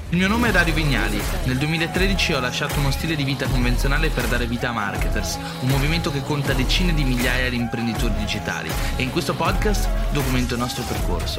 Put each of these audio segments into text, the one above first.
Il mio nome è Dario Vignali. Nel 2013 ho lasciato uno stile di vita convenzionale per dare vita a Marketers, un movimento che conta decine di migliaia di imprenditori digitali, e in questo podcast documento il nostro percorso.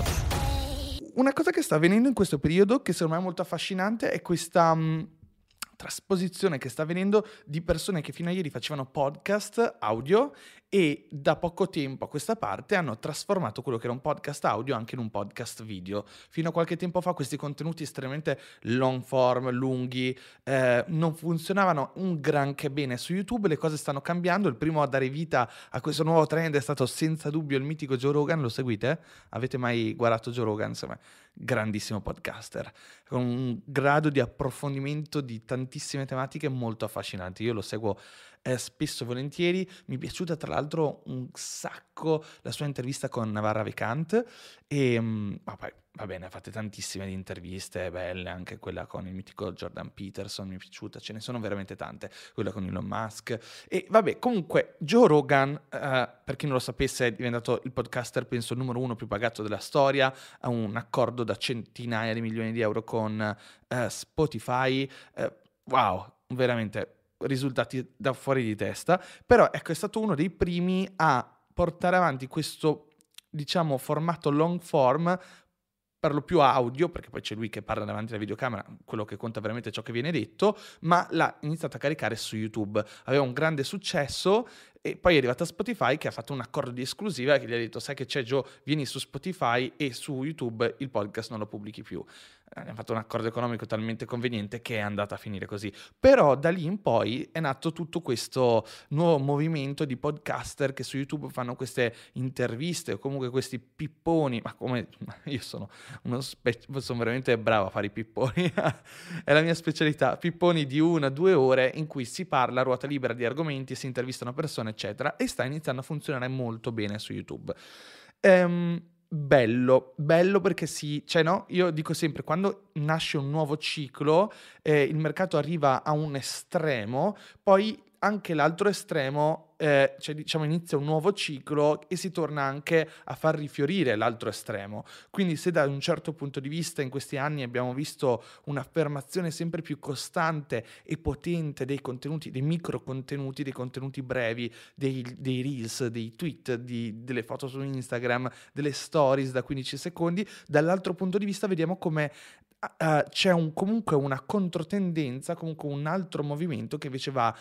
Una cosa che sta avvenendo in questo periodo, che secondo me è molto affascinante, è questa trasposizione che sta avvenendo di persone che fino a ieri facevano podcast audio e da poco tempo a questa parte hanno trasformato quello che era un podcast audio anche in un podcast video. Fino a qualche tempo fa questi contenuti estremamente long form, lunghi, non funzionavano un granché bene su YouTube. Le cose stanno cambiando. Il primo a dare vita a questo nuovo trend è stato senza dubbio il mitico Joe Rogan. Lo seguite? Avete mai guardato Joe Rogan? Insomma, grandissimo podcaster con un grado di approfondimento di tantissime tematiche molto affascinanti. Io lo seguo spesso e volentieri. Mi è piaciuta tra l'altro un sacco la sua intervista con Navarra Vicant e poi va bene, ha fatto tantissime di interviste belle, anche quella con il mitico Jordan Peterson mi è piaciuta, ce ne sono veramente tante, quella con Elon Musk e vabbè, comunque Joe Rogan, per chi non lo sapesse, è diventato il podcaster penso numero 1 più pagato della storia, ha un accordo da centinaia di milioni di euro con Spotify, wow, veramente risultati da fuori di testa, però ecco è stato uno dei primi a portare avanti questo, diciamo, formato long form, per lo più audio, perché poi c'è lui che parla davanti alla videocamera, quello che conta veramente è ciò che viene detto, ma l'ha iniziato a caricare su YouTube. Aveva un grande successo e poi è arrivata a Spotify che ha fatto un accordo di esclusiva che gli ha detto: sai che c'è Joe, vieni su Spotify e su YouTube il podcast non lo pubblichi più. Hanno fatto un accordo economico talmente conveniente che è andata a finire così. Però da lì in poi è nato tutto questo nuovo movimento di podcaster che su YouTube fanno queste interviste o comunque questi pipponi, ma come io sono sono veramente bravo a fare i pipponi, è la mia specialità, pipponi di 1-2 ore in cui si parla a ruota libera di argomenti, si intervistano persone eccetera, e sta iniziando a funzionare molto bene su YouTube. Bello perché cioè no, io dico sempre, quando nasce un nuovo ciclo, il mercato arriva a un estremo, poi anche l'altro estremo, cioè diciamo inizia un nuovo ciclo e si torna anche a far rifiorire l'altro estremo. Quindi se da un certo punto di vista in questi anni abbiamo visto un'affermazione sempre più costante e potente dei contenuti, dei micro contenuti, dei contenuti brevi, dei reels, dei tweet, delle foto su Instagram, delle stories da 15 secondi, dall'altro punto di vista vediamo come c'è comunque una controtendenza, comunque un altro movimento che invece va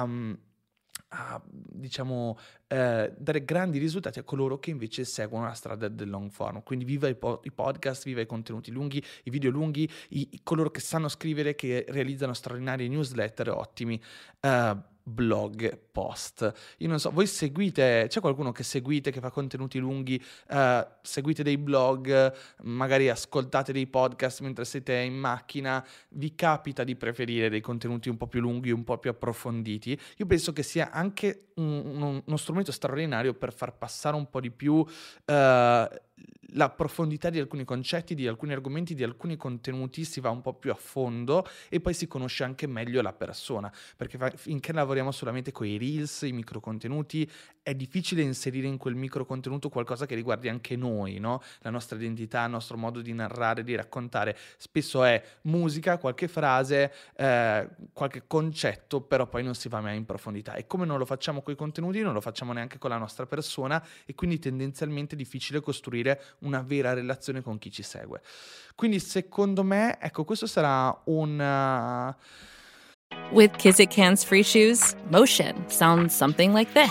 a diciamo dare grandi risultati a coloro che invece seguono la strada del long form. Quindi viva i podcast, viva i contenuti lunghi, i video lunghi, coloro che sanno scrivere, che realizzano straordinari newsletter ottimi, blog, post. Io non so, voi seguite, c'è qualcuno che seguite, che fa contenuti lunghi, seguite dei blog, magari ascoltate dei podcast mentre siete in macchina, vi capita di preferire dei contenuti un po' più lunghi, un po' più approfonditi? Io penso che sia anche uno strumento straordinario per far passare un po' di più la profondità di alcuni concetti, di alcuni argomenti, di alcuni contenuti, si va un po' più a fondo e poi si conosce anche meglio la persona, perché finché lavoriamo solamente con i reels, i microcontenuti, è difficile inserire in quel microcontenuto qualcosa che riguardi anche noi, no? La nostra identità, il nostro modo di narrare, di raccontare. Spesso è musica, qualche frase, qualche concetto, però poi non si va mai in profondità. E come non lo facciamo con i contenuti, non lo facciamo neanche con la nostra persona, e quindi tendenzialmente è difficile costruire una vera relazione con chi ci segue. Quindi secondo me, ecco, questo sarà un... With Kizik hands-free shoes, motion sounds something like this.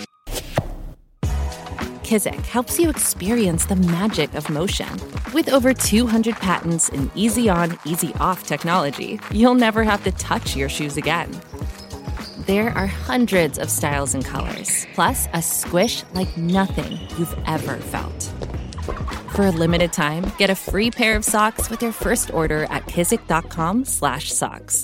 Kizik helps you experience the magic of motion. With over 200 patents and easy-on, easy-off technology, you'll never have to touch your shoes again. There are hundreds of styles and colors, plus a squish like nothing you've ever felt. For a limited time, get a free pair of socks with your first order at kizik.com/socks.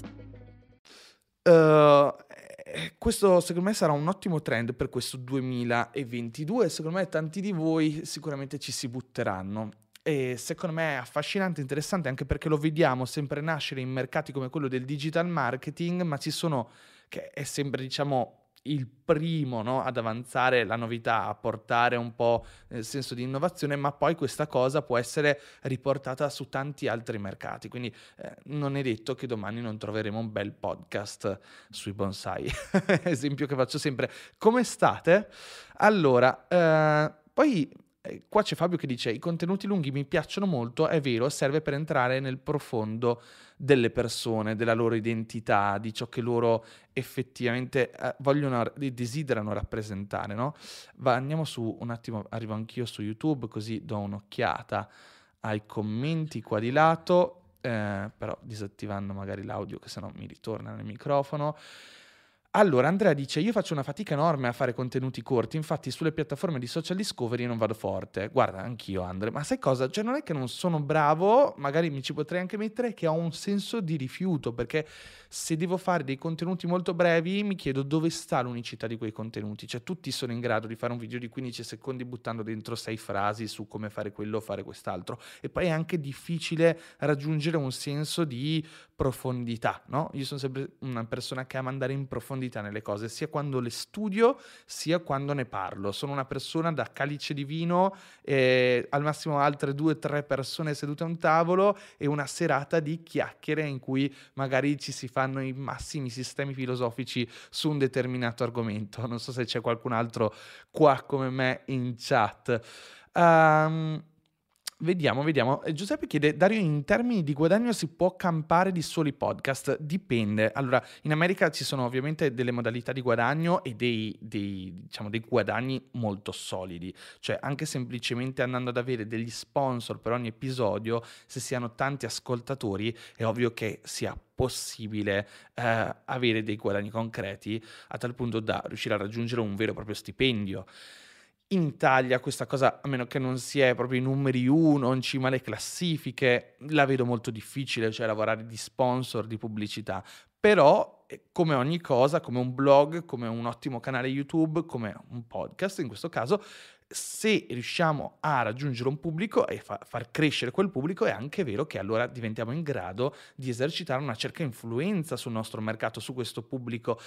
Questo secondo me sarà un ottimo trend per questo 2022. Secondo me tanti di voi sicuramente ci si butteranno. E secondo me è affascinante, interessante, anche perché lo vediamo sempre nascere in mercati come quello del digital marketing, ma ci sono, che è sempre, diciamo, il primo, no, ad avanzare la novità, a portare un po' il senso di innovazione, ma poi questa cosa può essere riportata su tanti altri mercati, quindi non è detto che domani non troveremo un bel podcast sui bonsai. Esempio che faccio sempre. Come state? Allora, poi qua c'è Fabio che dice: i contenuti lunghi mi piacciono molto, è vero, serve per entrare nel profondo delle persone, della loro identità, di ciò che loro effettivamente desiderano rappresentare, no? Andiamo su un attimo, arrivo anch'io su YouTube così do un'occhiata ai commenti qua di lato, però disattivando magari l'audio che sennò mi ritorna nel microfono. Allora, Andrea dice: io faccio una fatica enorme a fare contenuti corti, infatti sulle piattaforme di social discovery non vado forte. Guarda, anch'io, Andrea, ma sai cosa? Cioè non è che non sono bravo, magari mi ci potrei anche mettere, che ho un senso di rifiuto, perché se devo fare dei contenuti molto brevi mi chiedo dove sta l'unicità di quei contenuti. Cioè tutti sono in grado di fare un video di 15 secondi buttando dentro 6 frasi su come fare quello o fare quest'altro, e poi è anche difficile raggiungere un senso di profondità, no? Io sono sempre una persona che ama andare in profondità nelle cose, sia quando le studio, sia quando ne parlo. Sono una persona da calice di vino, al massimo altre 2-3 persone sedute a un tavolo e una serata di chiacchiere in cui magari ci si fanno i massimi sistemi filosofici su un determinato argomento. Non so se c'è qualcun altro qua come me in chat. Vediamo. Giuseppe chiede: Dario, in termini di guadagno si può campare di soli podcast? Dipende. Allora, in America ci sono ovviamente delle modalità di guadagno e dei guadagni molto solidi. Cioè, anche semplicemente andando ad avere degli sponsor per ogni episodio, se si hanno tanti ascoltatori, è ovvio che sia possibile avere dei guadagni concreti, a tal punto da riuscire a raggiungere un vero e proprio stipendio. In Italia questa cosa, a meno che non si è proprio i numeri 1 in cima alle classifiche, la vedo molto difficile, cioè lavorare di sponsor, di pubblicità. Però, come ogni cosa, come un blog, come un ottimo canale YouTube, come un podcast in questo caso, se riusciamo a raggiungere un pubblico e far crescere quel pubblico, è anche vero che allora diventiamo in grado di esercitare una certa influenza sul nostro mercato, su questo pubblico,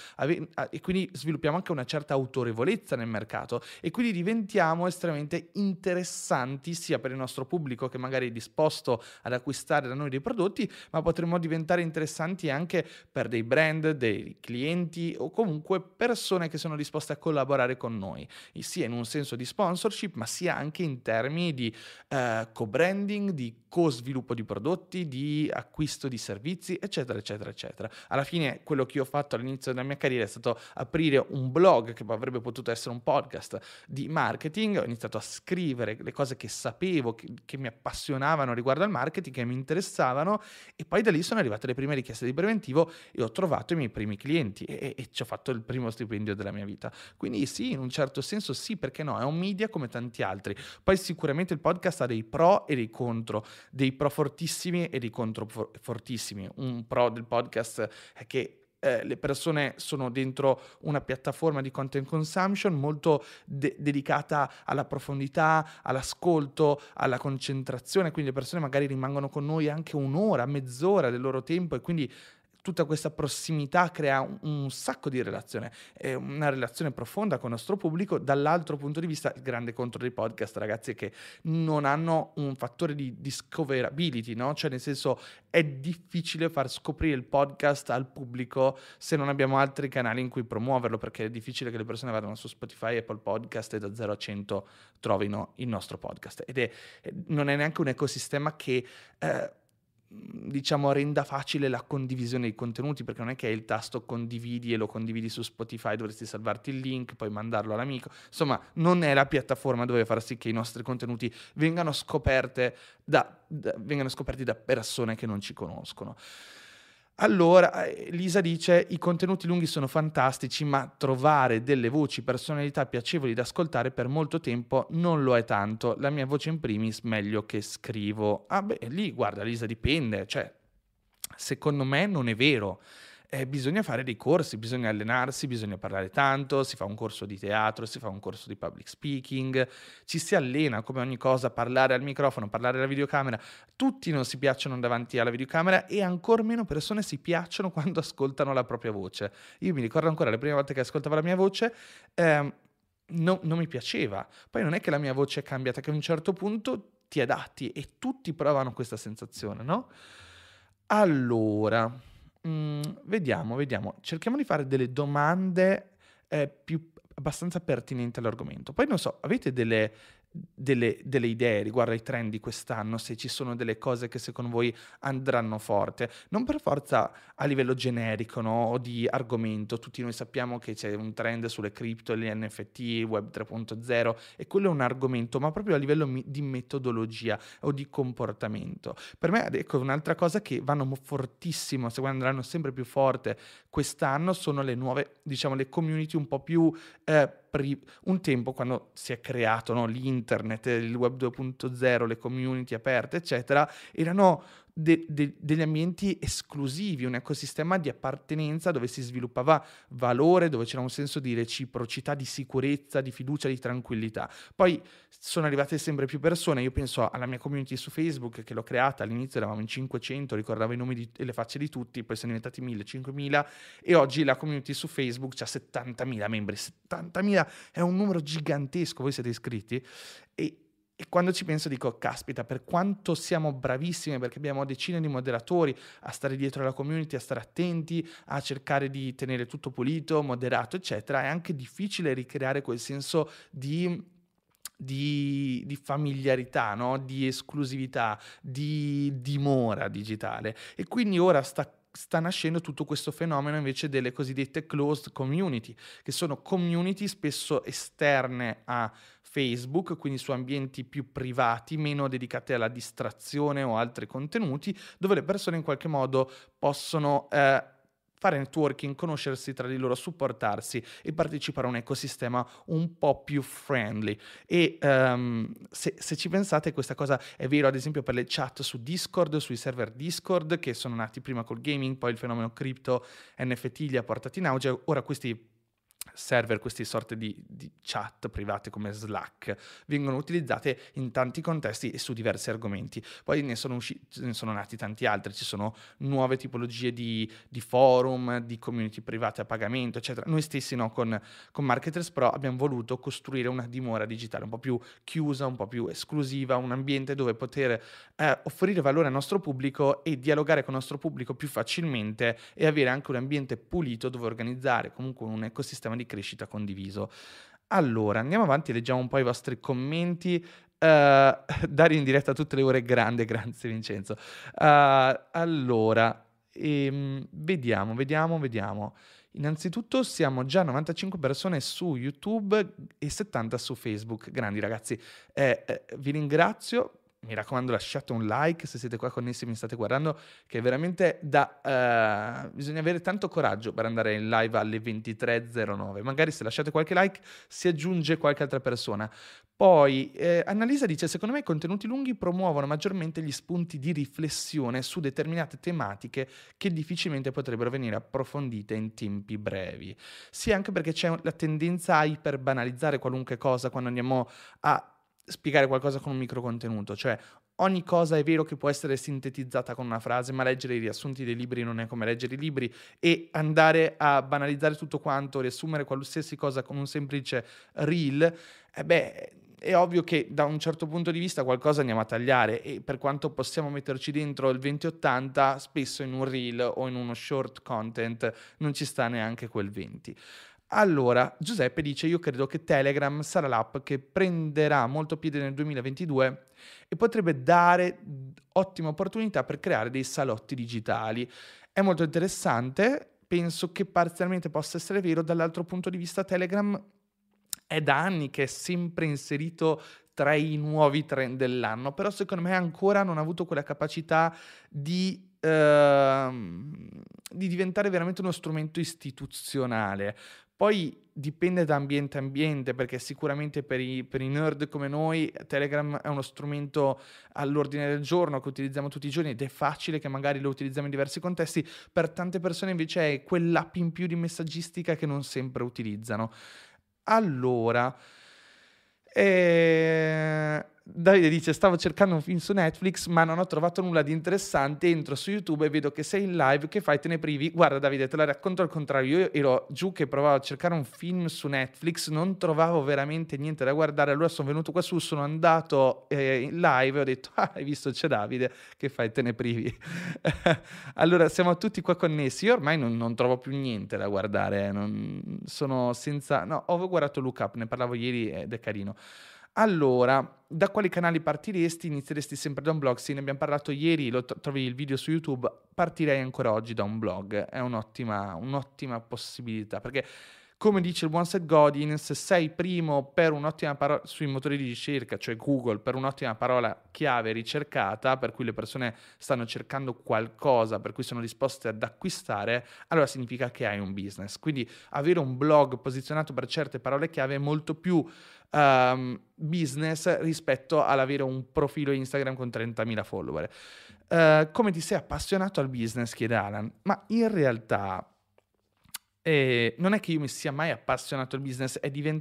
e quindi sviluppiamo anche una certa autorevolezza nel mercato, e quindi diventiamo estremamente interessanti sia per il nostro pubblico, che magari è disposto ad acquistare da noi dei prodotti, ma potremmo diventare interessanti anche per dei brand, dei clienti o comunque persone che sono disposte a collaborare con noi, sia in un senso di sponsorship, ma sia anche in termini di co-branding, di co-sviluppo di prodotti, di acquisto di servizi, eccetera, eccetera, eccetera. Alla fine quello che io ho fatto all'inizio della mia carriera è stato aprire un blog che avrebbe potuto essere un podcast di marketing. Ho iniziato a scrivere le cose che sapevo, che mi appassionavano riguardo al marketing, che mi interessavano, e poi da lì sono arrivate le prime richieste di preventivo e ho trovato i miei primi clienti e ci ho fatto il primo stipendio della mia vita. Quindi sì, in un certo senso sì, perché no? È un media come tanti altri. Poi sicuramente il podcast ha dei pro e dei contro, dei pro fortissimi e dei contro fortissimi. Un pro del podcast è che le persone sono dentro una piattaforma di content consumption molto dedicata alla profondità, all'ascolto, alla concentrazione, quindi le persone magari rimangono con noi anche un'ora, mezz'ora del loro tempo, e quindi tutta questa prossimità crea un sacco di relazione, una relazione profonda con il nostro pubblico. Dall'altro punto di vista, il grande contro dei podcast, ragazzi, è che non hanno un fattore di discoverability, no? Cioè, nel senso, è difficile far scoprire il podcast al pubblico se non abbiamo altri canali in cui promuoverlo, perché è difficile che le persone vadano su Spotify, Apple Podcast e da 0 a 100 trovino il nostro podcast. Non è neanche un ecosistema che renda facile la condivisione dei contenuti, perché non è che è il tasto condividi e lo condividi su Spotify, dovresti salvarti il link, poi mandarlo all'amico. Insomma, non è la piattaforma dove far sì che i nostri contenuti vengano scoperti da persone che non ci conoscono. Allora, Lisa dice: i contenuti lunghi sono fantastici, ma trovare delle voci, personalità piacevoli da ascoltare per molto tempo non lo è tanto. La mia voce in primis, meglio che scrivo. Lì, guarda, Lisa, dipende. Cioè, secondo me non è vero. bisogna fare dei corsi, bisogna allenarsi, bisogna parlare tanto, si fa un corso di teatro, si fa un corso di public speaking, ci si allena come ogni cosa, parlare al microfono, parlare alla videocamera. Tutti non si piacciono davanti alla videocamera e ancor meno persone si piacciono quando ascoltano la propria voce. Io mi ricordo ancora le prime volte che ascoltavo la mia voce, non mi piaceva. Poi non è che la mia voce è cambiata, che a un certo punto ti adatti e tutti provano questa sensazione, no? Allora, vediamo. Cerchiamo di fare delle domande più abbastanza pertinenti all'argomento. Poi non so, avete delle idee riguardo ai trend di quest'anno, se ci sono delle cose che secondo voi andranno forte, non per forza a livello generico, no? O di argomento. Tutti noi sappiamo che c'è un trend sulle cripto, gli NFT, il web 3.0 e quello è un argomento, ma proprio a livello di metodologia o di comportamento. Per me, ecco, un'altra cosa che vanno fortissimo, secondo me andranno sempre più forte quest'anno, sono le nuove, diciamo, le community un po' più un tempo, quando si è creato, no, l'internet, il web 2.0, le community aperte, eccetera, erano degli ambienti esclusivi, un ecosistema di appartenenza dove si sviluppava valore, dove c'era un senso di reciprocità, di sicurezza, di fiducia, di tranquillità. Poi sono arrivate sempre più persone, io penso alla mia community su Facebook che l'ho creata, all'inizio eravamo in 500, ricordavo i nomi e le facce di tutti, poi sono diventati 1000, 5000 e oggi la community su Facebook ha 70.000 membri. 70.000 è un numero gigantesco, voi siete iscritti? E quando ci penso dico, caspita, per quanto siamo bravissimi, perché abbiamo decine di moderatori a stare dietro alla community, a stare attenti, a cercare di tenere tutto pulito, moderato, eccetera, è anche difficile ricreare quel senso di familiarità, no? Di esclusività, di dimora digitale. E quindi ora sta nascendo tutto questo fenomeno invece delle cosiddette closed community, che sono community spesso esterne a Facebook, quindi su ambienti più privati, meno dedicate alla distrazione o altri contenuti, dove le persone in qualche modo possono fare networking, conoscersi tra di loro, supportarsi e partecipare a un ecosistema un po' più friendly. E se ci pensate, questa cosa è vero ad esempio per le chat su Discord, sui server Discord, che sono nati prima col gaming, poi il fenomeno cripto NFT li ha portati in auge. Ora questi server, queste sorte di chat private come Slack vengono utilizzate in tanti contesti e su diversi argomenti. Poi ne sono nati tanti altri, ci sono nuove tipologie di forum, di community private a pagamento, eccetera. Noi stessi, no, con Marketers Pro abbiamo voluto costruire una dimora digitale un po' più chiusa, un po' più esclusiva, un ambiente dove poter offrire valore al nostro pubblico e dialogare con il nostro pubblico più facilmente e avere anche un ambiente pulito dove organizzare comunque un ecosistema di crescita condiviso. Allora, andiamo avanti, leggiamo un po' i vostri commenti. Dare in diretta tutte le ore, grazie Vincenzo. Allora, vediamo. Innanzitutto siamo già 95 persone su YouTube e 70 su Facebook. Grandi ragazzi, vi ringrazio. Mi raccomando, lasciate un like se siete qua connessi e mi state guardando, che è veramente bisogna avere tanto coraggio per andare in live alle 23.09. Magari se lasciate qualche like si aggiunge qualche altra persona. Poi Annalisa dice: secondo me i contenuti lunghi promuovono maggiormente gli spunti di riflessione su determinate tematiche che difficilmente potrebbero venire approfondite in tempi brevi. Sì, anche perché c'è la tendenza a iperbanalizzare qualunque cosa quando andiamo a spiegare qualcosa con un microcontenuto, cioè ogni cosa è vero che può essere sintetizzata con una frase, ma leggere i riassunti dei libri non è come leggere i libri, e andare a banalizzare tutto quanto, riassumere qualsiasi cosa con un semplice reel, è ovvio che da un certo punto di vista qualcosa andiamo a tagliare, e per quanto possiamo metterci dentro il 2080, spesso in un reel o in uno short content non ci sta neanche quel 20. Allora, Giuseppe dice: io credo che Telegram sarà l'app che prenderà molto piede nel 2022 e potrebbe dare ottime opportunità per creare dei salotti digitali. È molto interessante, penso che parzialmente possa essere vero. Dall'altro punto di vista Telegram è da anni che è sempre inserito tra i nuovi trend dell'anno, però secondo me ancora non ha avuto quella capacità di diventare veramente uno strumento istituzionale. Poi dipende da ambiente a ambiente, perché sicuramente per i nerd come noi Telegram è uno strumento all'ordine del giorno che utilizziamo tutti i giorni ed è facile che magari lo utilizziamo in diversi contesti. Per tante persone invece è quell'app in più di messaggistica che non sempre utilizzano. Allora, Davide dice: stavo cercando un film su Netflix ma non ho trovato nulla di interessante, entro su YouTube e vedo che sei in live, che fai, te ne privi? Guarda Davide, te la racconto al contrario, io ero giù che provavo a cercare un film su Netflix, non trovavo veramente niente da guardare, allora sono venuto qua su, sono andato in live e ho detto: ah, hai visto, c'è Davide, che fai, te ne privi? Allora siamo tutti qua connessi, io ormai non trovo più niente da guardare, sono senza... No, ho guardato Look Up, ne parlavo ieri ed è carino. Allora, da quali canali partiresti? Inizieresti sempre da un blog? Sì, ne abbiamo parlato ieri, trovi il video su YouTube, partirei ancora oggi da un blog, è un'ottima possibilità, perché come dice il buon Seth Godin, se sei primo per un'ottima parola sui motori di ricerca, cioè Google, per un'ottima parola chiave ricercata, per cui le persone stanno cercando qualcosa, per cui sono disposte ad acquistare, allora significa che hai un business. Quindi avere un blog posizionato per certe parole chiave è molto più business rispetto all'avere un profilo Instagram con 30.000 follower. Come ti sei appassionato al business, chiede Alan, ma in realtà non è che io mi sia mai appassionato al business,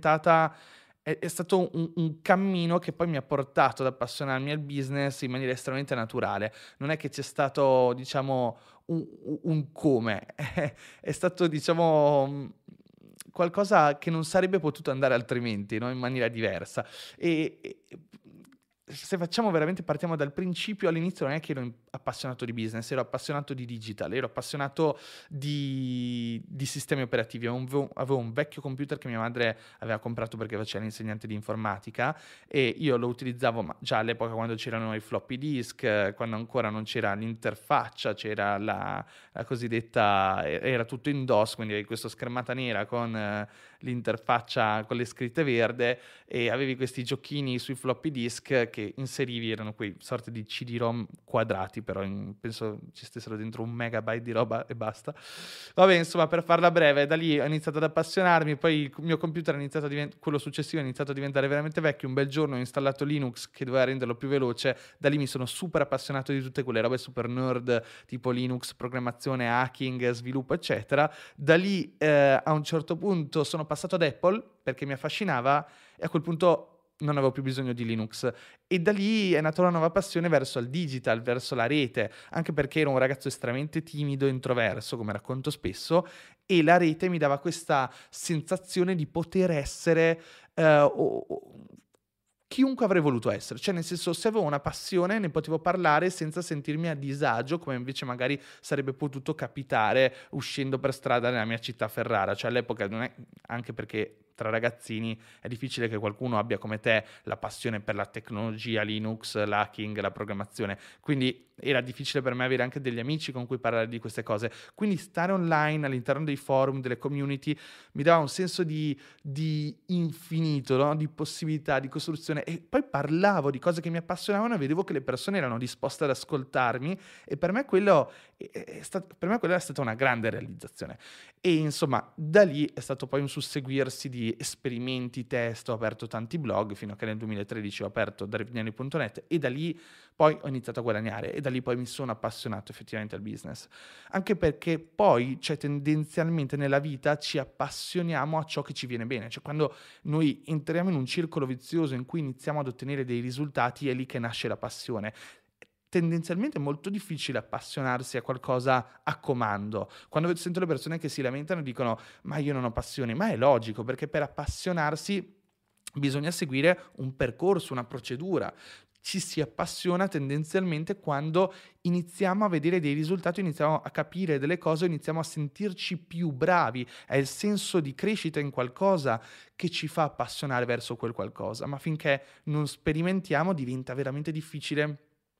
è stato un cammino che poi mi ha portato ad appassionarmi al business in maniera estremamente naturale. Non è che c'è stato, diciamo, un come, è stato, diciamo, qualcosa che non sarebbe potuto andare altrimenti, no? In maniera diversa. E se partiamo dal principio, all'inizio non è che ero appassionato di business, ero appassionato di digital, ero appassionato di sistemi operativi. Avevo un vecchio computer che mia madre aveva comprato perché faceva l'insegnante di informatica e io lo utilizzavo già all'epoca quando c'erano i floppy disk, quando ancora non c'era l'interfaccia, c'era la cosiddetta, era tutto in DOS, quindi avevi questa schermata nera con l'interfaccia con le scritte verde e avevi questi giochini sui floppy disk che inserivi, erano quei sorte di CD-ROM quadrati, però penso ci stessero dentro 1 megabyte di roba e basta. Vabbè, insomma, per farla breve, da lì ho iniziato ad appassionarmi, poi il mio computer quello successivo è iniziato a diventare veramente vecchio, un bel giorno ho installato Linux che doveva renderlo più veloce, da lì mi sono super appassionato di tutte quelle robe super nerd, tipo Linux, programmazione, hacking, sviluppo, eccetera. Da lì a un certo punto sono passato ad Apple perché mi affascinava e a quel punto non avevo più bisogno di Linux e da lì è nata una nuova passione verso il digital, verso la rete, anche perché ero un ragazzo estremamente timido e introverso, come racconto spesso, e la rete mi dava questa sensazione di poter essere chiunque avrei voluto essere, cioè nel senso, se avevo una passione ne potevo parlare senza sentirmi a disagio, come invece magari sarebbe potuto capitare uscendo per strada nella mia città Ferrara, cioè all'epoca non è, anche perché tra ragazzini è difficile che qualcuno abbia come te la passione per la tecnologia, Linux, l'hacking, la programmazione, quindi era difficile per me avere anche degli amici con cui parlare di queste cose, quindi stare online all'interno dei forum, delle community mi dava un senso di infinito, no? Di possibilità, di costruzione, e poi parlavo di cose che mi appassionavano e vedevo che le persone erano disposte ad ascoltarmi e per me quella è stata una grande realizzazione. E insomma, da lì è stato poi un susseguirsi di esperimenti, test, ho aperto tanti blog, fino a che nel 2013 ho aperto darevignani.net e da lì poi ho iniziato a guadagnare e da lì poi mi sono appassionato effettivamente al business. Anche perché poi, cioè, tendenzialmente nella vita ci appassioniamo a ciò che ci viene bene, cioè quando noi entriamo in un circolo vizioso in cui iniziamo ad ottenere dei risultati è lì che nasce la passione. Tendenzialmente è molto difficile appassionarsi a qualcosa a comando. Quando sento le persone che si lamentano e dicono ma io non ho passione, ma è logico, perché per appassionarsi bisogna seguire un percorso, una procedura. Ci si appassiona tendenzialmente quando iniziamo a vedere dei risultati, iniziamo a capire delle cose, iniziamo a sentirci più bravi. È il senso di crescita in qualcosa che ci fa appassionare verso quel qualcosa, ma finché non sperimentiamo diventa veramente difficile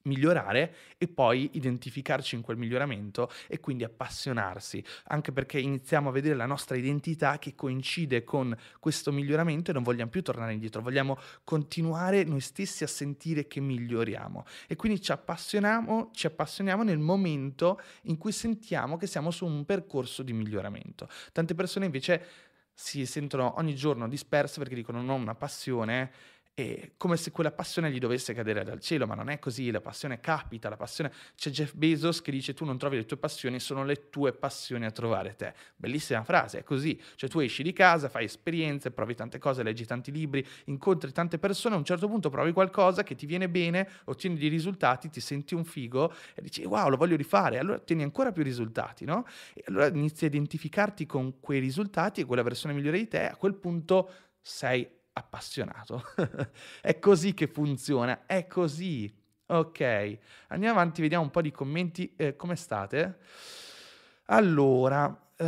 migliorare e poi identificarci in quel miglioramento e quindi appassionarsi, anche perché iniziamo a vedere la nostra identità che coincide con questo miglioramento e non vogliamo più tornare indietro, vogliamo continuare noi stessi a sentire che miglioriamo e quindi ci appassioniamo nel momento in cui sentiamo che siamo su un percorso di miglioramento. Tante persone invece si sentono ogni giorno disperse perché dicono non ho una passione, è come se quella passione gli dovesse cadere dal cielo, ma non è così, la passione capita, c'è Jeff Bezos che dice tu non trovi le tue passioni, sono le tue passioni a trovare te. Bellissima frase, è così, cioè tu esci di casa, fai esperienze, provi tante cose, leggi tanti libri, incontri tante persone, a un certo punto provi qualcosa che ti viene bene, ottieni dei risultati, ti senti un figo e dici wow, lo voglio rifare, allora ottieni ancora più risultati, no? E allora inizi a identificarti con quei risultati e quella versione migliore di te, a quel punto sei appassionato. È così che funziona, è così. Ok, andiamo avanti, vediamo un po' di commenti. Come state? Allora,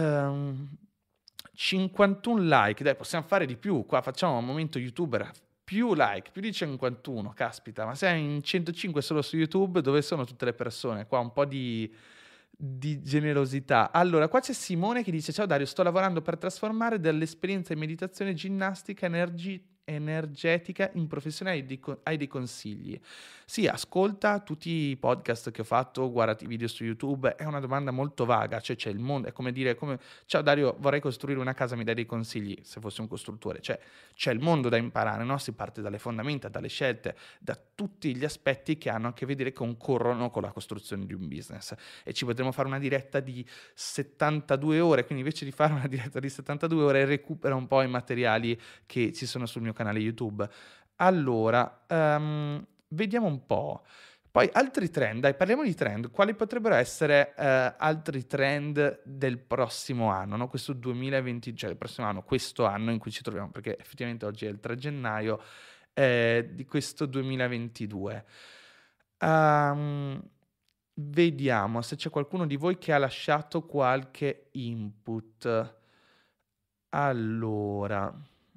51 like, dai, possiamo fare di più. Qua facciamo un momento youtuber. Più like, più di 51, caspita, ma sei in 105 solo su YouTube, dove sono tutte le persone? Qua un po' di generosità. Allora, qua c'è Simone che dice: ciao Dario, sto lavorando per trasformare dall'esperienza in meditazione ginnastica energetica in professionale, hai dei consigli? Sì, ascolta tutti i podcast che ho fatto, guardati i video su YouTube, è una domanda molto vaga, cioè c'è il mondo, è come dire, ciao Dario, vorrei costruire una casa, mi dai dei consigli? Se fossi un costruttore, cioè c'è il mondo da imparare, no? Si parte dalle fondamenta, dalle scelte, da tutti gli aspetti che hanno a che vedere, concorrono con la costruzione di un business, e ci potremo fare una diretta di 72 ore, quindi invece di fare una diretta di 72 ore recupera un po' i materiali che ci sono sul mio canale YouTube. Allora, vediamo un po'. Poi altri trend, dai, parliamo di trend. Quali potrebbero essere altri trend del prossimo anno, no? Questo 2020, cioè il prossimo anno, questo anno in cui ci troviamo, perché effettivamente oggi è il 3 gennaio di questo 2022. Vediamo se c'è qualcuno di voi che ha lasciato qualche input. Allora,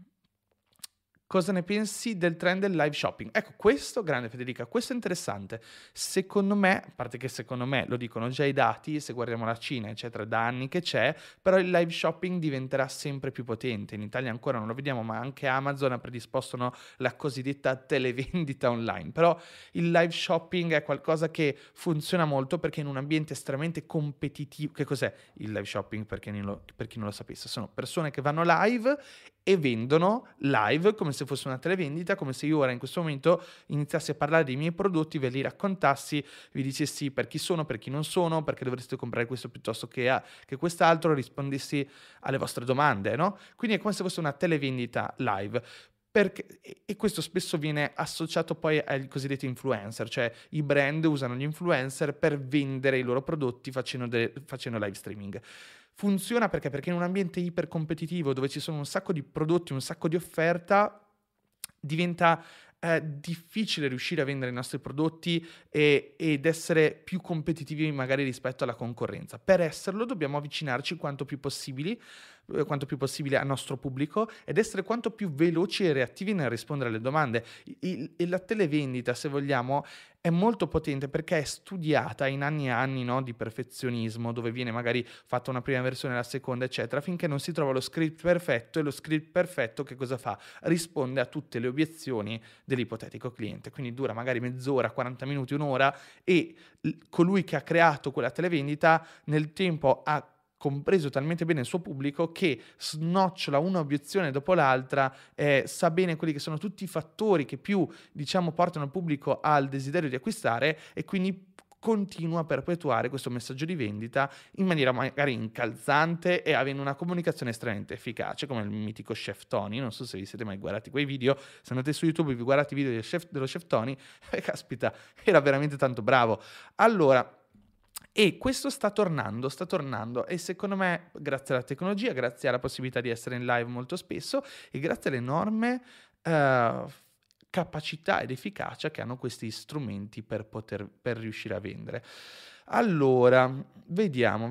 cosa ne pensi del trend del live shopping? Ecco, questo, grande Federica, questo è interessante. Secondo me, a parte che secondo me lo dicono già i dati, se guardiamo la Cina, eccetera, da anni che c'è, però il live shopping diventerà sempre più potente. In Italia ancora non lo vediamo, ma anche Amazon ha predisposto la cosiddetta televendita online. Però il live shopping è qualcosa che funziona molto perché in un ambiente estremamente competitivo. Che cos'è il live shopping? Per chi non lo sapesse, sono persone che vanno live e vendono live come se fosse una televendita, come se io ora in questo momento iniziassi a parlare dei miei prodotti, ve li raccontassi, vi dicessi per chi sono, per chi non sono, perché dovreste comprare questo piuttosto che quest'altro, rispondessi alle vostre domande, no? Quindi è come se fosse una televendita live. E questo spesso viene associato poi ai cosiddetti influencer, cioè i brand usano gli influencer per vendere i loro prodotti facendo live streaming. Funziona perché in un ambiente ipercompetitivo dove ci sono un sacco di prodotti, un sacco di offerta, diventa difficile riuscire a vendere i nostri prodotti ed essere più competitivi magari rispetto alla concorrenza. Per esserlo dobbiamo avvicinarci quanto più possibile al nostro pubblico ed essere quanto più veloci e reattivi nel rispondere alle domande. E la televendita, se vogliamo, è molto potente perché è studiata in anni e anni, no, di perfezionismo, dove viene magari fatta una prima versione, la seconda, eccetera, finché non si trova lo script perfetto, e lo script perfetto che cosa fa? Risponde a tutte le obiezioni dell'ipotetico cliente, quindi dura magari mezz'ora, 40 minuti, un'ora, e colui che ha creato quella televendita nel tempo ha compreso talmente bene il suo pubblico che snocciola una obiezione dopo l'altra, sa bene quelli che sono tutti i fattori che più, diciamo, portano il pubblico al desiderio di acquistare, e quindi continua a perpetuare questo messaggio di vendita in maniera magari incalzante e avendo una comunicazione estremamente efficace, come il mitico Chef Tony. Non so se vi siete mai guardati quei video, se andate su YouTube e vi guardate i video dello Chef Tony, caspita, era veramente tanto bravo. Allora, e questo sta tornando, e secondo me grazie alla tecnologia, grazie alla possibilità di essere in live molto spesso e grazie all'enorme capacità ed efficacia che hanno questi strumenti per riuscire a vendere. Allora, vediamo.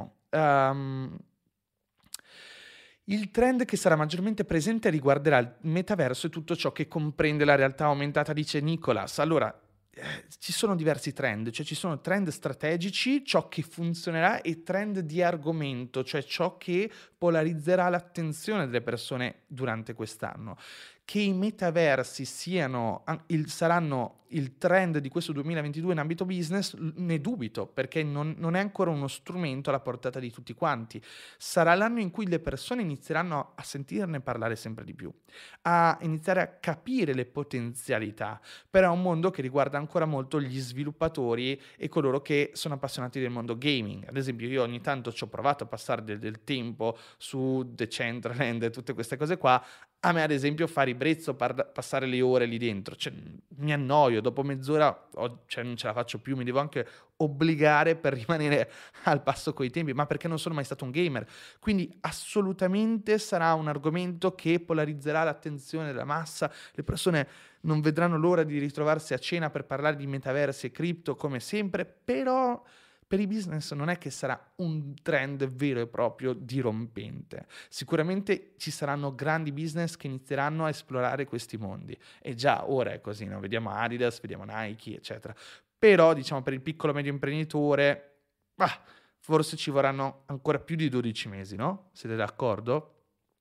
Il trend che sarà maggiormente presente riguarderà il metaverso e tutto ciò che comprende la realtà aumentata, dice Nicolas. Allora, ci sono diversi trend, cioè ci sono trend strategici, ciò che funzionerà, e trend di argomento, cioè ciò che polarizzerà l'attenzione delle persone durante quest'anno. Che i metaversi saranno il trend di questo 2022 in ambito business, ne dubito, perché non è ancora uno strumento alla portata di tutti quanti. Sarà l'anno in cui le persone inizieranno a sentirne parlare sempre di più, a iniziare a capire le potenzialità, però è un mondo che riguarda ancora molto gli sviluppatori e coloro che sono appassionati del mondo gaming. Ad esempio, io ogni tanto ci ho provato a passare del tempo su Decentraland e tutte queste cose qua. A me, ad esempio, fa ribrezzo passare le ore lì dentro. Cioè, mi annoio, dopo mezz'ora cioè, non ce la faccio più, mi devo anche obbligare per rimanere al passo coi tempi, ma perché non sono mai stato un gamer. Quindi assolutamente sarà un argomento che polarizzerà l'attenzione della massa. Le persone non vedranno l'ora di ritrovarsi a cena per parlare di metaversi e cripto come sempre, però per i business non è che sarà un trend vero e proprio dirompente. Sicuramente ci saranno grandi business che inizieranno a esplorare questi mondi, e già ora è così, no? Vediamo Adidas, vediamo Nike, eccetera. Però, diciamo, per il piccolo medio imprenditore, forse ci vorranno ancora più di 12 mesi, no? Siete d'accordo?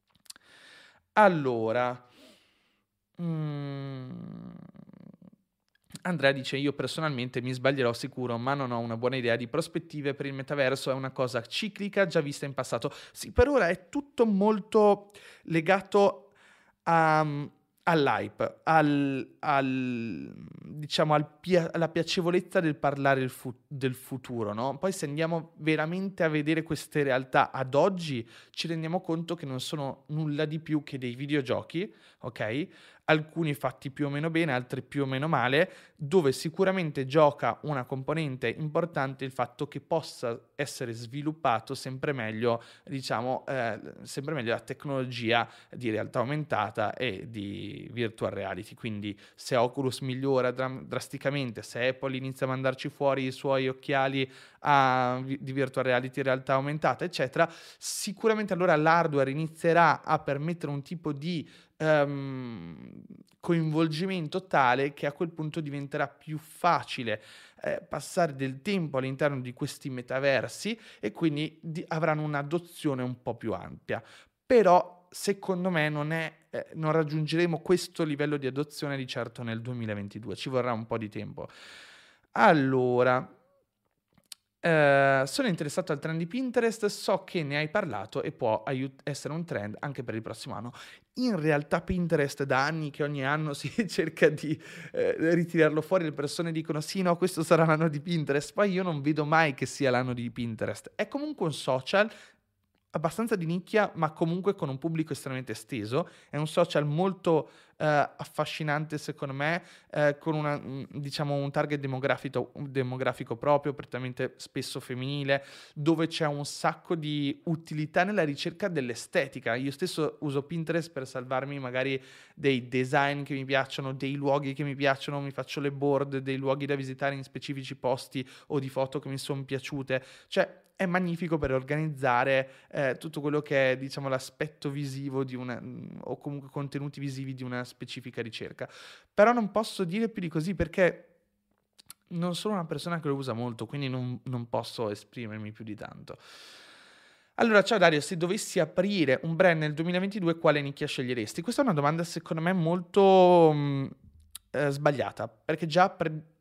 Allora, Andrea dice: io personalmente mi sbaglierò sicuro, ma non ho una buona idea di prospettive per il metaverso, è una cosa ciclica già vista in passato. Sì, per ora è tutto molto legato all'hype, diciamo alla piacevolezza del parlare del futuro, no? Poi se andiamo veramente a vedere queste realtà ad oggi, ci rendiamo conto che non sono nulla di più che dei videogiochi, ok? Alcuni fatti più o meno bene, altri più o meno male, dove sicuramente gioca una componente importante il fatto che possa essere sviluppato sempre meglio, diciamo, sempre meglio la tecnologia di realtà aumentata e di virtual reality. Quindi se Oculus migliora drasticamente, se Apple inizia a mandarci fuori i suoi occhiali di virtual reality, realtà aumentata, eccetera, sicuramente allora l'hardware inizierà a permettere un tipo di coinvolgimento tale che a quel punto diventerà più facile passare del tempo all'interno di questi metaversi, e quindi avranno un'adozione un po' più ampia. Però secondo me non raggiungeremo questo livello di adozione di certo nel 2022, ci vorrà un po' di tempo. Allora, sono interessato al trend di Pinterest, so che ne hai parlato e può essere un trend anche per il prossimo anno. In realtà Pinterest da anni che ogni anno si cerca di ritirarlo fuori, le persone dicono sì, no, questo sarà l'anno di Pinterest, poi io non vedo mai che sia l'anno di Pinterest. È comunque un social abbastanza di nicchia, ma comunque con un pubblico estremamente esteso. È un social molto affascinante secondo me, con diciamo un target demografico proprio, prettamente spesso femminile, dove c'è un sacco di utilità nella ricerca dell'estetica. Io stesso uso Pinterest per salvarmi magari dei design che mi piacciono, dei luoghi che mi piacciono, mi faccio le board dei luoghi da visitare in specifici posti o di foto che mi sono piaciute. Cioè è magnifico per organizzare tutto quello che è, diciamo, l'aspetto visivo di o comunque contenuti visivi di una specifica ricerca. Però non posso dire più di così perché non sono una persona che lo usa molto, quindi non posso esprimermi più di tanto. Allora, ciao Dario, se dovessi aprire un brand nel 2022, quale nicchia sceglieresti? Questa è una domanda secondo me molto sbagliata, perché già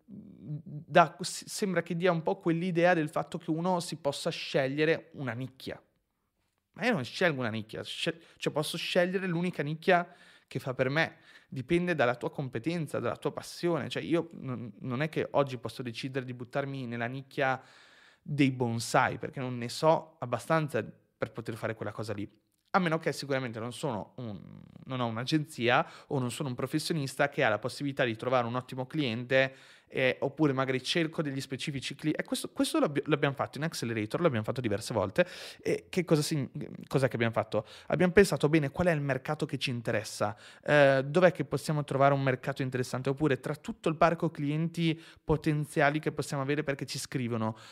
sembra che dia un po' quell'idea del fatto che uno si possa scegliere una nicchia. Ma io non scelgo una nicchia, cioè posso scegliere l'unica nicchia che fa per me. Dipende dalla tua competenza, dalla tua passione. Cioè io non è che oggi posso decidere di buttarmi nella nicchia dei bonsai, perché non ne so abbastanza per poter fare quella cosa lì. A meno che sicuramente non ho un'agenzia o non sono un professionista che ha la possibilità di trovare un ottimo cliente, oppure magari cerco degli specifici clienti. Questo l'abbiamo fatto in Accelerator, l'abbiamo fatto diverse volte. E cos'è che abbiamo fatto? Abbiamo pensato bene qual è il mercato che ci interessa, dov'è che possiamo trovare un mercato interessante, oppure tra tutto il parco clienti potenziali che possiamo avere perché ci scrivono,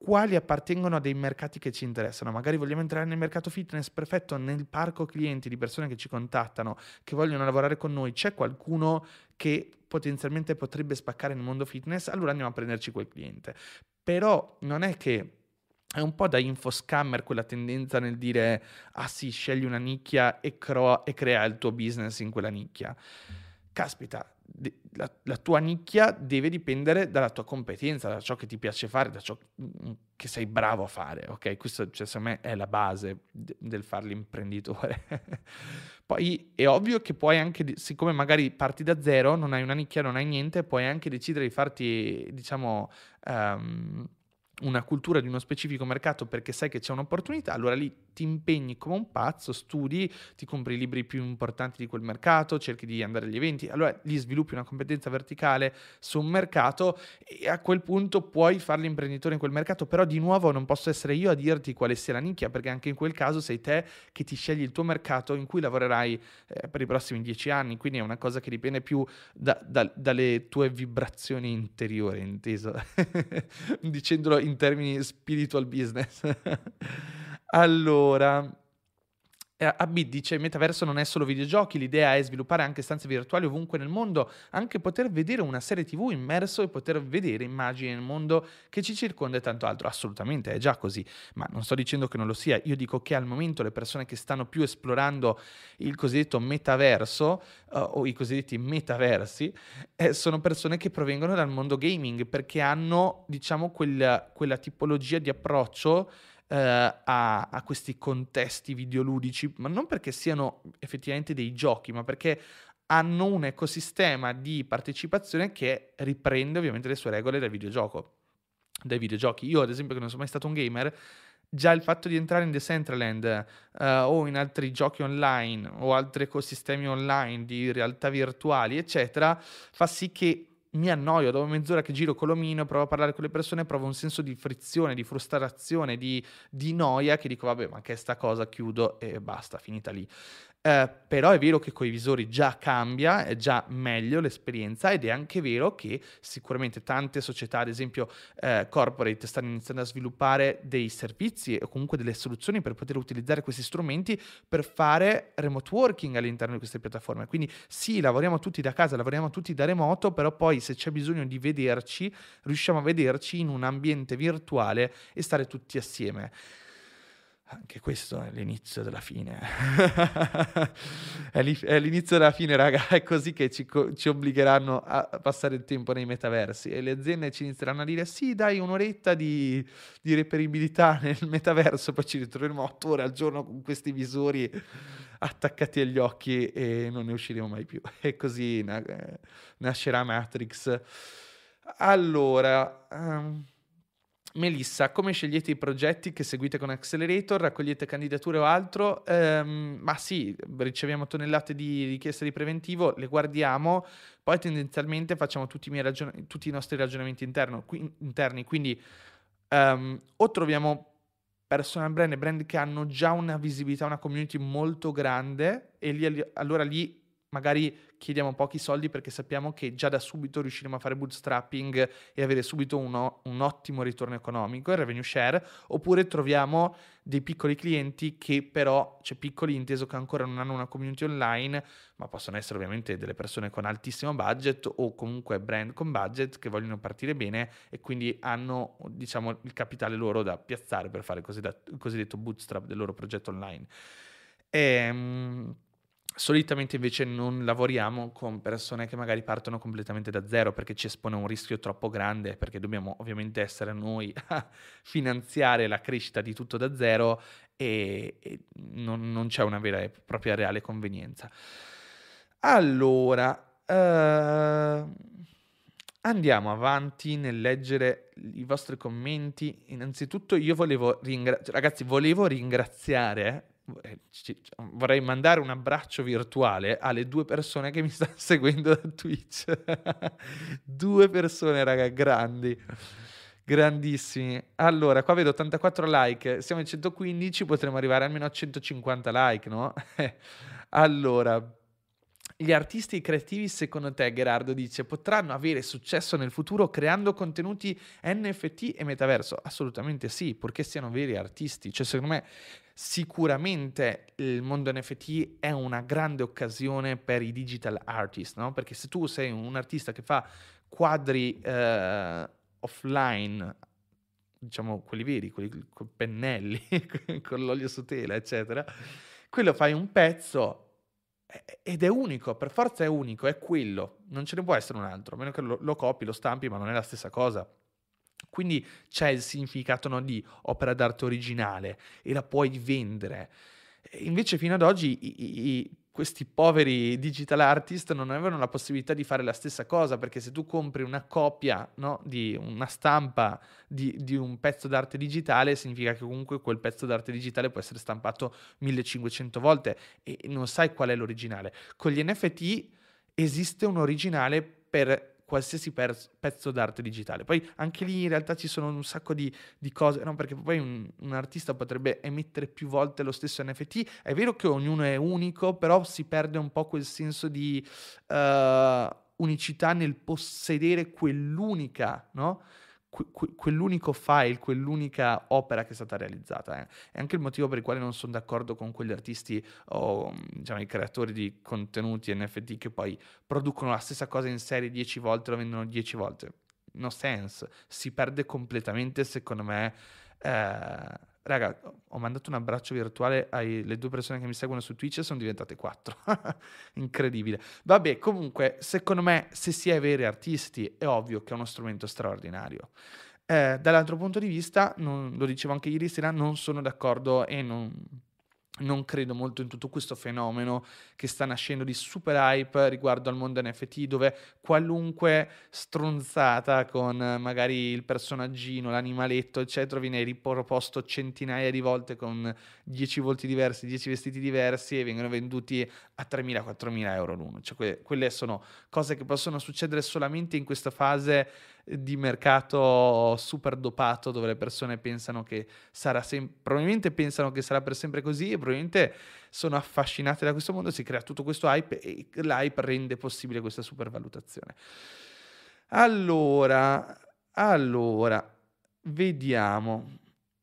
quali appartengono a dei mercati che ci interessano. Magari vogliamo entrare nel mercato fitness, perfetto, nel parco clienti di persone che ci contattano, che vogliono lavorare con noi, c'è qualcuno che potenzialmente potrebbe spaccare nel mondo fitness, allora andiamo a prenderci quel cliente. Però non è che è un po' da infoscammer quella tendenza nel dire ah sì, scegli una nicchia e crea il tuo business in quella nicchia. Caspita, la tua nicchia deve dipendere dalla tua competenza, da ciò che ti piace fare, da ciò che sei bravo a fare, ok? Questo, cioè, secondo me è la base del fare l'imprenditore. Poi è ovvio che puoi anche, siccome magari parti da zero, non hai una nicchia, non hai niente, puoi anche decidere di farti, diciamo, una cultura di uno specifico mercato perché sai che c'è un'opportunità, allora lì ti impegni come un pazzo, studi, ti compri i libri più importanti di quel mercato, cerchi di andare agli eventi, allora lì sviluppi una competenza verticale su un mercato e a quel punto puoi fare l'imprenditore in quel mercato, però di nuovo non posso essere io a dirti quale sia la nicchia, perché anche in quel caso sei te che ti scegli il tuo mercato in cui lavorerai per i prossimi 10 anni, quindi è una cosa che dipende più dalle tue vibrazioni interiori, inteso dicendolo in termini spiritual business. Allora, Abid dice: il metaverso non è solo videogiochi, l'idea è sviluppare anche stanze virtuali ovunque nel mondo, anche poter vedere una serie TV immerso e poter vedere immagini nel mondo che ci circonda e tanto altro. Assolutamente, è già così, ma non sto dicendo che non lo sia. Io dico che al momento le persone che stanno più esplorando il cosiddetto metaverso o i cosiddetti metaversi sono persone che provengono dal mondo gaming, perché hanno, diciamo, quella tipologia di approccio a questi contesti videoludici, ma non perché siano effettivamente dei giochi, ma perché hanno un ecosistema di partecipazione che riprende ovviamente le sue regole dai videogiochi. Io, ad esempio, che non sono mai stato un gamer, già il fatto di entrare in Decentraland o in altri giochi online o altri ecosistemi online di realtà virtuali, eccetera, fa sì che mi annoio. Dopo mezz'ora che giro con l'omino, provo a parlare con le persone, provo un senso di frizione, di frustrazione, di noia, che dico vabbè, ma che è sta cosa, chiudo e basta, finita lì. Però è vero che con i visori già cambia, è già meglio l'esperienza, ed è anche vero che sicuramente tante società, ad esempio corporate, stanno iniziando a sviluppare dei servizi o comunque delle soluzioni per poter utilizzare questi strumenti per fare remote working all'interno di queste piattaforme. Quindi sì, lavoriamo tutti da casa, lavoriamo tutti da remoto, però poi se c'è bisogno di vederci, riusciamo a vederci in un ambiente virtuale e stare tutti assieme. Anche questo è l'inizio della fine. È l'inizio della fine, raga. È così che ci obbligheranno a passare il tempo nei metaversi e le aziende ci inizieranno a dire sì, dai, un'oretta di reperibilità nel metaverso, poi ci ritroveremo 8 ore al giorno con questi visori attaccati agli occhi e non ne usciremo mai più. E così nascerà Matrix. Allora... Melissa, come scegliete i progetti che seguite con Accelerator? Raccogliete candidature o altro? Ma sì, riceviamo tonnellate di richieste di preventivo, le guardiamo, poi tendenzialmente facciamo tutti i nostri ragionamenti interni, quindi o troviamo personal brand e brand che hanno già una visibilità, una community molto grande e allora lì magari chiediamo pochi soldi perché sappiamo che già da subito riusciremo a fare bootstrapping e avere subito un ottimo ritorno economico, il revenue share, oppure troviamo dei piccoli clienti che però, cioè piccoli inteso che ancora non hanno una community online, ma possono essere ovviamente delle persone con altissimo budget o comunque brand con budget che vogliono partire bene e quindi hanno, diciamo, il capitale loro da piazzare per fare il cosiddetto bootstrap del loro progetto online. Solitamente invece non lavoriamo con persone che magari partono completamente da zero perché ci espone a un rischio troppo grande, perché dobbiamo ovviamente essere noi a finanziare la crescita di tutto da zero e non c'è una vera e propria reale convenienza. Allora, andiamo avanti nel leggere i vostri commenti. Innanzitutto io volevo ringraziare... vorrei mandare un abbraccio virtuale alle 2 persone che mi stanno seguendo da Twitch. 2 persone, raga, grandissimi. Allora, qua vedo 84 like, siamo in 115, potremmo arrivare almeno a 150 like, no? Allora, Gli artisti creativi, secondo te, Gerardo dice, potranno avere successo nel futuro creando contenuti NFT e metaverso? Assolutamente sì, purché siano veri artisti. Cioè, secondo me, sicuramente il mondo NFT è una grande occasione per i digital artist, no? Perché se tu sei un artista che fa quadri offline, diciamo quelli veri, quelli con pennelli, con l'olio su tela, eccetera, quello fai un pezzo ed è unico, per forza è unico, è quello, non ce ne può essere un altro, a meno che lo copi, lo stampi, ma non è la stessa cosa. Quindi c'è il significato, no, di opera d'arte originale e la puoi vendere. Invece fino ad oggi questi poveri digital artist non avevano la possibilità di fare la stessa cosa, perché se tu compri una copia, no, di una stampa di un pezzo d'arte digitale, significa che comunque quel pezzo d'arte digitale può essere stampato 1500 volte e non sai qual è l'originale. Con gli NFT esiste un originale per qualsiasi pezzo d'arte digitale. Poi anche lì in realtà ci sono un sacco di cose, no? Perché poi un artista potrebbe emettere più volte lo stesso NFT. È vero che ognuno è unico, però si perde un po' quel senso di unicità nel possedere quell'unica, no? Quell'unico file, quell'unica opera che è stata realizzata. È anche il motivo per il quale non sono d'accordo con quegli artisti o diciamo i creatori di contenuti NFT che poi producono la stessa cosa in serie 10 volte, lo vendono 10 volte. No sense, si perde completamente, secondo me. Raga, ho mandato un abbraccio virtuale alle 2 persone che mi seguono su Twitch e sono diventate 4. Incredibile. Vabbè, comunque, secondo me, se si è veri artisti, è ovvio che è uno strumento straordinario. Dall'altro punto di vista, lo dicevo anche ieri sera, non sono d'accordo e non credo molto in tutto questo fenomeno che sta nascendo di super hype riguardo al mondo NFT, dove qualunque stronzata con magari il personaggino, l'animaletto, eccetera, viene riproposto centinaia di volte con 10 volti diversi, 10 vestiti diversi e vengono venduti a 3.000-4.000 euro l'uno. Cioè, quelle sono cose che possono succedere solamente in questa fase di mercato super dopato, dove le persone pensano che probabilmente pensano che sarà per sempre così e probabilmente sono affascinate da questo mondo, si crea tutto questo hype e l'hype rende possibile questa supervalutazione. Allora, vediamo.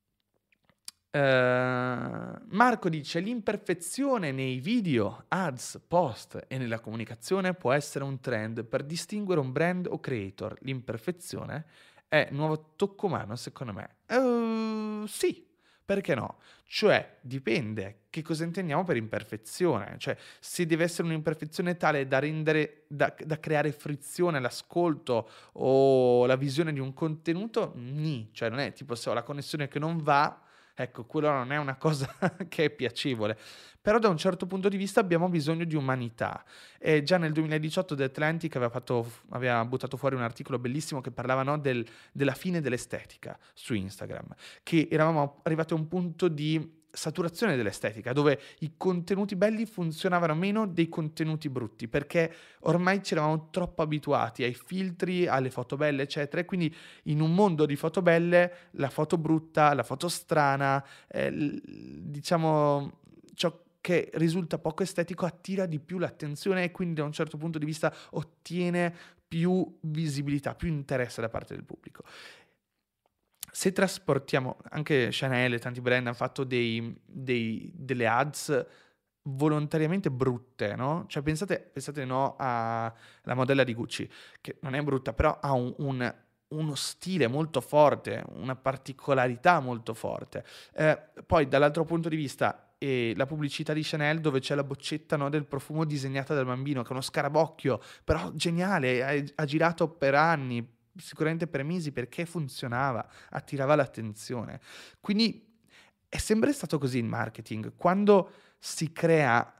Marco dice: l'imperfezione nei video, ads, post e nella comunicazione può essere un trend per distinguere un brand o creator. L'imperfezione è nuovo tocco umano, secondo me. Sì, perché no? Cioè, dipende che cosa intendiamo per imperfezione. Cioè, se deve essere un'imperfezione tale da rendere, da creare frizione all'ascolto o la visione di un contenuto, cioè non è tipo se ho la connessione che non va. Ecco, quello non è una cosa che è piacevole. Però da un certo punto di vista abbiamo bisogno di umanità. E già nel 2018 The Atlantic aveva buttato fuori un articolo bellissimo che parlava, no, della fine dell'estetica su Instagram, che eravamo arrivati a un punto di saturazione dell'estetica, dove i contenuti belli funzionavano meno dei contenuti brutti, perché ormai ci eravamo troppo abituati ai filtri, alle foto belle, eccetera, e quindi in un mondo di foto belle, la foto brutta, la foto strana, diciamo ciò che risulta poco estetico attira di più l'attenzione e quindi da un certo punto di vista ottiene più visibilità, più interesse da parte del pubblico. Se trasportiamo, anche Chanel e tanti brand hanno fatto delle ads volontariamente brutte, no? Cioè pensate no, alla modella di Gucci, che non è brutta, però ha uno stile molto forte, una particolarità molto forte. Poi dall'altro punto di vista, la pubblicità di Chanel dove c'è la boccetta, no, del profumo disegnata dal bambino, che è uno scarabocchio, però geniale, ha girato per anni, sicuramente per mesi, perché funzionava, attirava l'attenzione. Quindi è sempre stato così il marketing. Quando si crea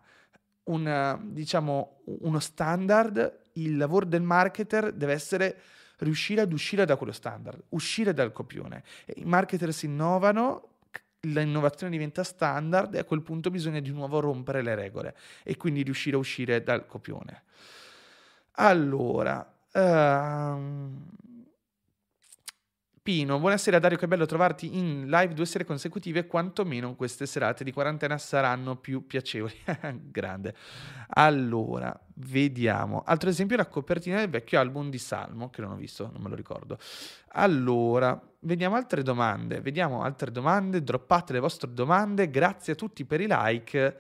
uno standard, il lavoro del marketer deve essere riuscire ad uscire da quello standard, uscire dal copione. I marketer si innovano, l'innovazione diventa standard e a quel punto bisogna di nuovo rompere le regole e quindi riuscire a uscire dal copione. Allora, Pino, buonasera Dario, che bello trovarti in live 2 sere consecutive, quantomeno queste serate di quarantena saranno più piacevoli. Grande. Allora, vediamo. Altro esempio, la copertina del vecchio album di Salmo, che non ho visto, non me lo ricordo. Allora, vediamo altre domande, droppate le vostre domande, grazie a tutti per i like,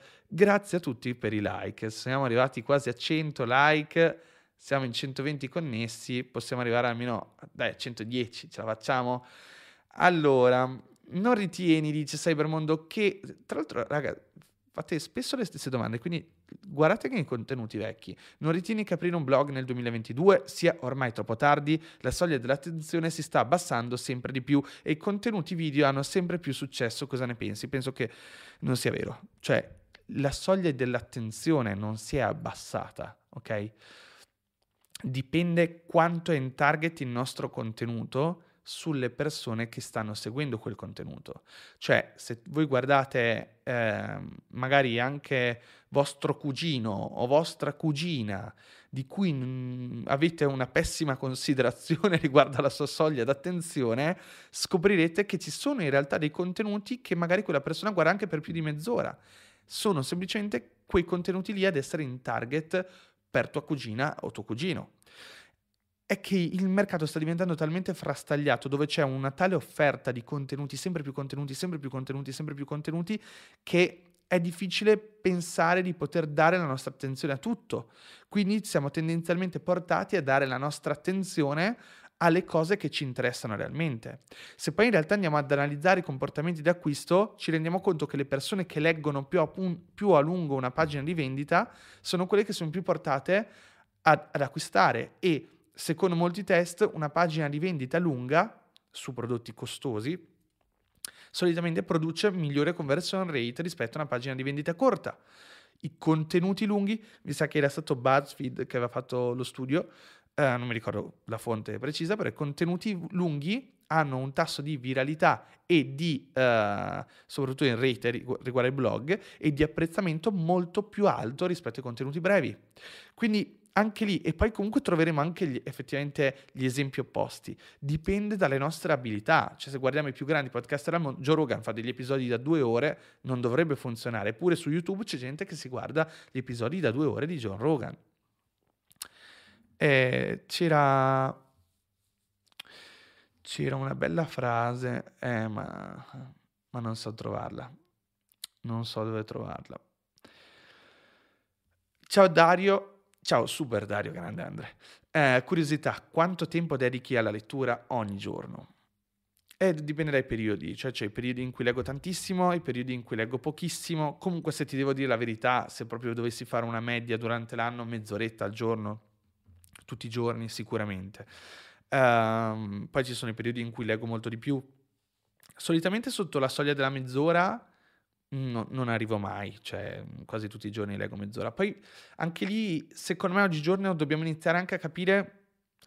siamo arrivati quasi a 100 like, siamo in 120 connessi, possiamo arrivare almeno a 110, ce la facciamo? Allora, non ritieni, dice Cybermondo, che tra l'altro, raga, fate spesso le stesse domande, quindi guardate che i contenuti vecchi. Non ritieni che aprire un blog nel 2022 sia ormai troppo tardi? La soglia dell'attenzione si sta abbassando sempre di più e i contenuti video hanno sempre più successo. Cosa ne pensi? Penso che non sia vero. Cioè, la soglia dell'attenzione non si è abbassata, ok? Dipende quanto è in target il nostro contenuto sulle persone che stanno seguendo quel contenuto. Cioè, se voi guardate magari anche vostro cugino o vostra cugina di cui avete una pessima considerazione riguardo alla sua soglia d'attenzione, scoprirete che ci sono in realtà dei contenuti che magari quella persona guarda anche per più di mezz'ora. Sono semplicemente quei contenuti lì ad essere in target per tua cugina o tuo cugino. È che il mercato sta diventando talmente frastagliato, dove c'è una tale offerta di contenuti, sempre più contenuti, che è difficile pensare di poter dare la nostra attenzione a tutto. Quindi siamo tendenzialmente portati a dare la nostra attenzione alle cose che ci interessano realmente. Se poi in realtà andiamo ad analizzare i comportamenti di acquisto, ci rendiamo conto che le persone che leggono più a lungo una pagina di vendita sono quelle che sono più portate ad acquistare, e secondo molti test una pagina di vendita lunga su prodotti costosi solitamente produce migliore conversion rate rispetto a una pagina di vendita corta. I contenuti lunghi, mi sa che era stato BuzzFeed che aveva fatto lo studio, non mi ricordo la fonte precisa, però i contenuti lunghi hanno un tasso di viralità e di, soprattutto in rete riguardo ai blog, e di apprezzamento molto più alto rispetto ai contenuti brevi. Quindi anche lì, e poi comunque troveremo anche effettivamente gli esempi opposti. Dipende dalle nostre abilità. Cioè, se guardiamo i più grandi podcaster al mondo, Joe Rogan fa degli episodi da 2 ore, non dovrebbe funzionare. Eppure su YouTube c'è gente che si guarda gli episodi da 2 ore di Joe Rogan. C'era una bella frase, ma non so trovarla. Non so dove trovarla. Ciao Dario. Ciao, super Dario, grande Andre. Curiosità, quanto tempo dedichi alla lettura ogni giorno? Dipende dai periodi, cioè c'è i periodi in cui leggo tantissimo, i periodi in cui leggo pochissimo. Comunque, se ti devo dire la verità, se proprio dovessi fare una media durante l'anno, mezz'oretta al giorno, tutti i giorni sicuramente. Poi ci sono i periodi in cui leggo molto di più. Solitamente sotto la soglia della mezz'ora non arrivo mai, cioè quasi tutti i giorni leggo mezz'ora. Poi anche lì, secondo me oggigiorno dobbiamo iniziare anche a capire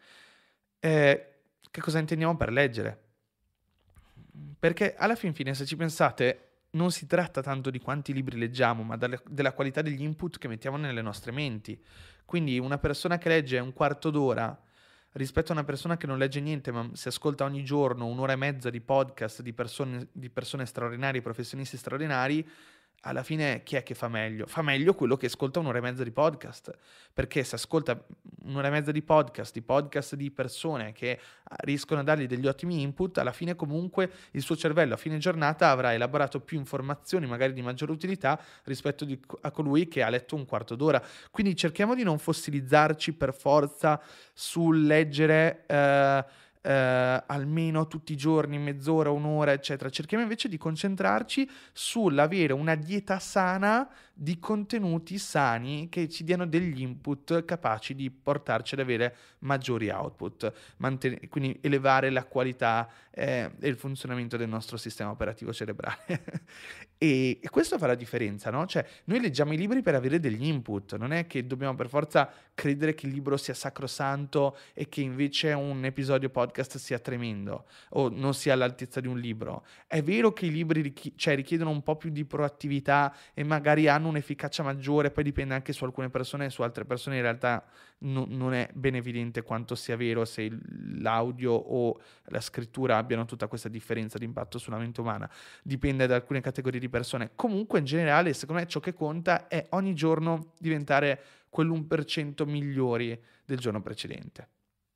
che cosa intendiamo per leggere. Perché alla fine, se ci pensate, non si tratta tanto di quanti libri leggiamo, ma della qualità degli input che mettiamo nelle nostre menti. Quindi una persona che legge un quarto d'ora rispetto a una persona che non legge niente, ma si ascolta ogni giorno 1 ora e mezza di podcast di persone straordinarie, professionisti straordinari, alla fine chi è che fa meglio? Fa meglio quello che ascolta 1 ora e mezza di podcast, perché se ascolta 1 ora e mezza di podcast di persone che riescono a dargli degli ottimi input, alla fine comunque il suo cervello a fine giornata avrà elaborato più informazioni, magari di maggiore utilità, rispetto a colui che ha letto un quarto d'ora. Quindi cerchiamo di non fossilizzarci per forza sul leggere almeno tutti i giorni, mezz'ora, 1 ora, eccetera. Cerchiamo invece di concentrarci sull'avere una dieta sana di contenuti sani che ci diano degli input capaci di portarci ad avere maggiori output, quindi elevare la qualità e il funzionamento del nostro sistema operativo cerebrale. E questo fa la differenza, no? Cioè, noi leggiamo i libri per avere degli input, non è che dobbiamo per forza credere che il libro sia sacrosanto e che invece un episodio podcast podcast sia tremendo o non sia all'altezza di un libro. È vero che i libri richiedono un po' più di proattività e magari hanno un'efficacia maggiore, poi dipende anche su alcune persone e su altre persone in realtà non è ben evidente quanto sia vero se l'audio o la scrittura abbiano tutta questa differenza di impatto sulla mente umana, dipende da alcune categorie di persone. Comunque in generale secondo me ciò che conta è ogni giorno diventare quell'1% migliori del giorno precedente.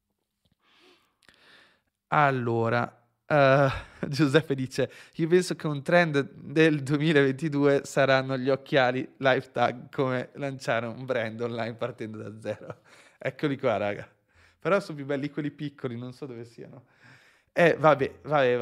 Allora, Giuseppe dice: io penso che un trend del 2022 saranno gli occhiali life tag, come lanciare un brand online partendo da zero. Eccoli qua, raga. Però sono più belli quelli piccoli, non so dove siano. Vabbè.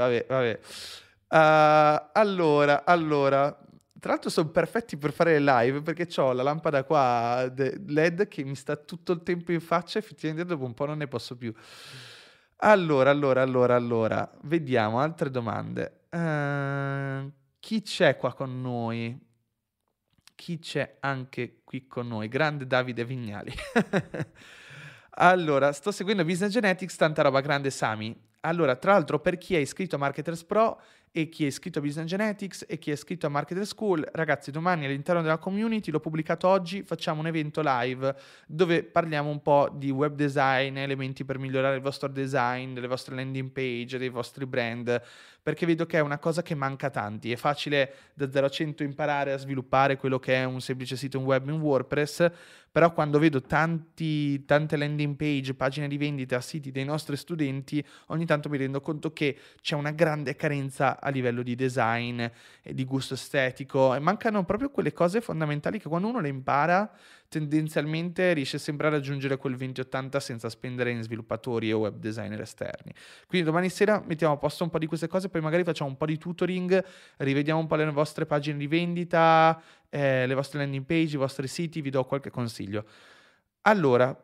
Allora, tra l'altro sono perfetti per fare le live perché ho la lampada qua LED che mi sta tutto il tempo in faccia, effettivamente dopo un po' non ne posso più. Allora, vediamo altre domande. Chi c'è qua con noi? Chi c'è anche qui con noi? Grande Davide Vignali. Allora, sto seguendo Business Genetics, tanta roba, grande Sami. Allora, tra l'altro, per chi è iscritto a Marketers Pro e chi è iscritto a Business Genetics e chi è iscritto a Marketers School, ragazzi, domani all'interno della community, l'ho pubblicato oggi, facciamo un evento live dove parliamo un po' di web design, elementi per migliorare il vostro design, delle vostre landing page, dei vostri brand, perché vedo che è una cosa che manca a tanti. È facile da 0 a 100 imparare a sviluppare quello che è un semplice sito web in WordPress, però quando vedo tante landing page, pagine di vendita, siti dei nostri studenti, ogni tanto mi rendo conto che c'è una grande carenza a livello di design e di gusto estetico e mancano proprio quelle cose fondamentali che quando uno le impara tendenzialmente riesce sempre a raggiungere quel 20-80 senza spendere in sviluppatori o web designer esterni. Quindi domani sera mettiamo a posto un po' di queste cose, poi magari facciamo un po' di tutoring, rivediamo un po' le vostre pagine di vendita, le vostre landing page, i vostri siti, vi do qualche consiglio. Allora,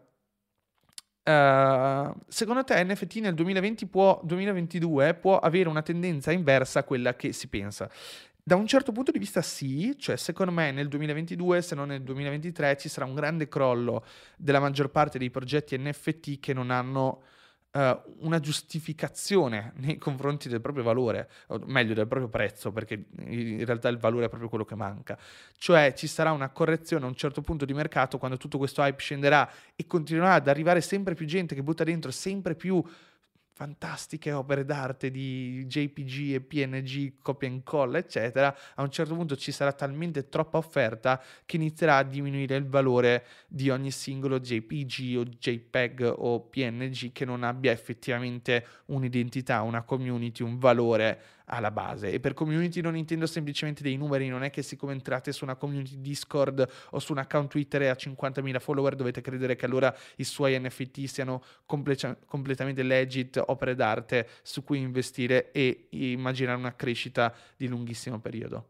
secondo te NFT nel 2022 può avere una tendenza inversa a quella che si pensa? Da un certo punto di vista sì, cioè secondo me nel 2022, se non nel 2023, ci sarà un grande crollo della maggior parte dei progetti NFT che non hanno una giustificazione nei confronti del proprio valore, o meglio del proprio prezzo, perché in realtà il valore è proprio quello che manca. Cioè ci sarà una correzione a un certo punto di mercato quando tutto questo hype scenderà e continuerà ad arrivare sempre più gente che butta dentro sempre più fantastiche opere d'arte di JPG e PNG, copia e incolla, eccetera. A un certo punto ci sarà talmente troppa offerta che inizierà a diminuire il valore di ogni singolo JPG o JPEG o PNG che non abbia effettivamente un'identità, una community, un valore alla base. E per community non intendo semplicemente dei numeri, non è che siccome entrate su una community Discord o su un account Twitter e ha 50.000 follower dovete credere che allora i suoi NFT siano completamente legit opere d'arte su cui investire e immaginare una crescita di lunghissimo periodo.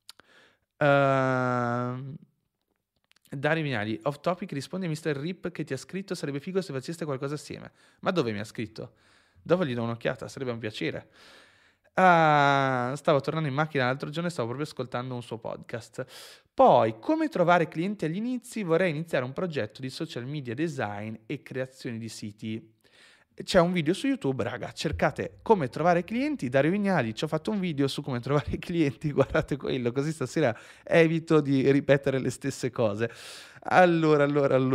Dario Vignali, off topic, risponde a Mr. Rip che ti ha scritto sarebbe figo se faceste qualcosa assieme. Ma dove mi ha scritto? Dopo gli do un'occhiata, sarebbe un piacere. Stavo tornando in macchina l'altro giorno e stavo proprio ascoltando un suo podcast. Poi, come trovare clienti agli inizi? Vorrei iniziare un progetto di social media design e creazione di siti. C'è un video su YouTube, raga, cercate come trovare clienti, Dario Vignali, ci ho fatto un video su come trovare clienti, guardate quello, così stasera evito di ripetere le stesse cose. Allora,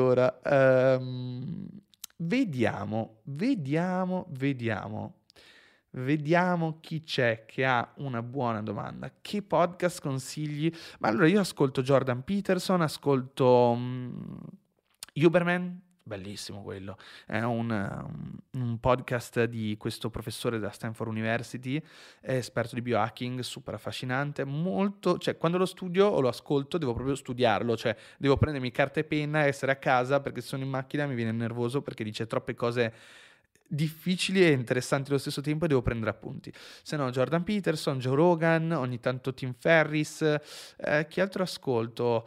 vediamo chi c'è che ha una buona domanda. Che podcast consigli? Ma allora io ascolto Jordan Peterson, ascolto Huberman, bellissimo quello, è un podcast di questo professore della Stanford University, è esperto di biohacking, super affascinante, molto, cioè quando lo studio o lo ascolto devo proprio studiarlo, cioè devo prendermi carta e penna e essere a casa perché se sono in macchina mi viene nervoso perché dice troppe cose difficili e interessanti allo stesso tempo e devo prendere appunti. Se no Jordan Peterson, Joe Rogan, ogni tanto Tim Ferriss, chi altro ascolto?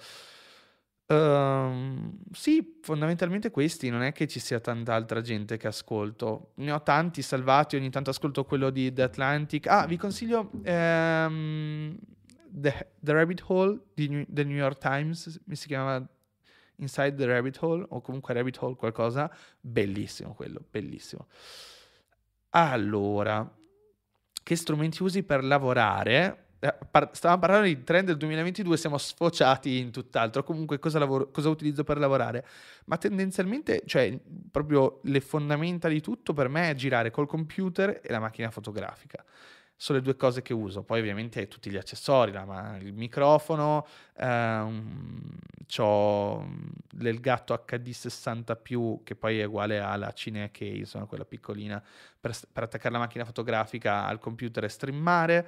Sì, fondamentalmente questi, non è che ci sia tanta altra gente che ascolto, ne ho tanti salvati, ogni tanto ascolto quello di The Atlantic. Vi consiglio The Rabbit Hole del New York Times, mi si chiama Inside the Rabbit Hole o comunque Rabbit Hole qualcosa, bellissimo quello, bellissimo. Allora, che strumenti usi per lavorare? Stavamo parlando di trend del 2022, siamo sfociati in tutt'altro. Comunque, cosa utilizzo per lavorare? Ma tendenzialmente, cioè, proprio le fondamenta di tutto per me è girare col computer e la macchina fotografica. Sono le due cose che uso. Poi ovviamente tutti gli accessori, il microfono, c'ho l'Elgato HD60+, che poi è uguale alla Cine Case, insomma, quella piccolina, per attaccare la macchina fotografica al computer e streamare.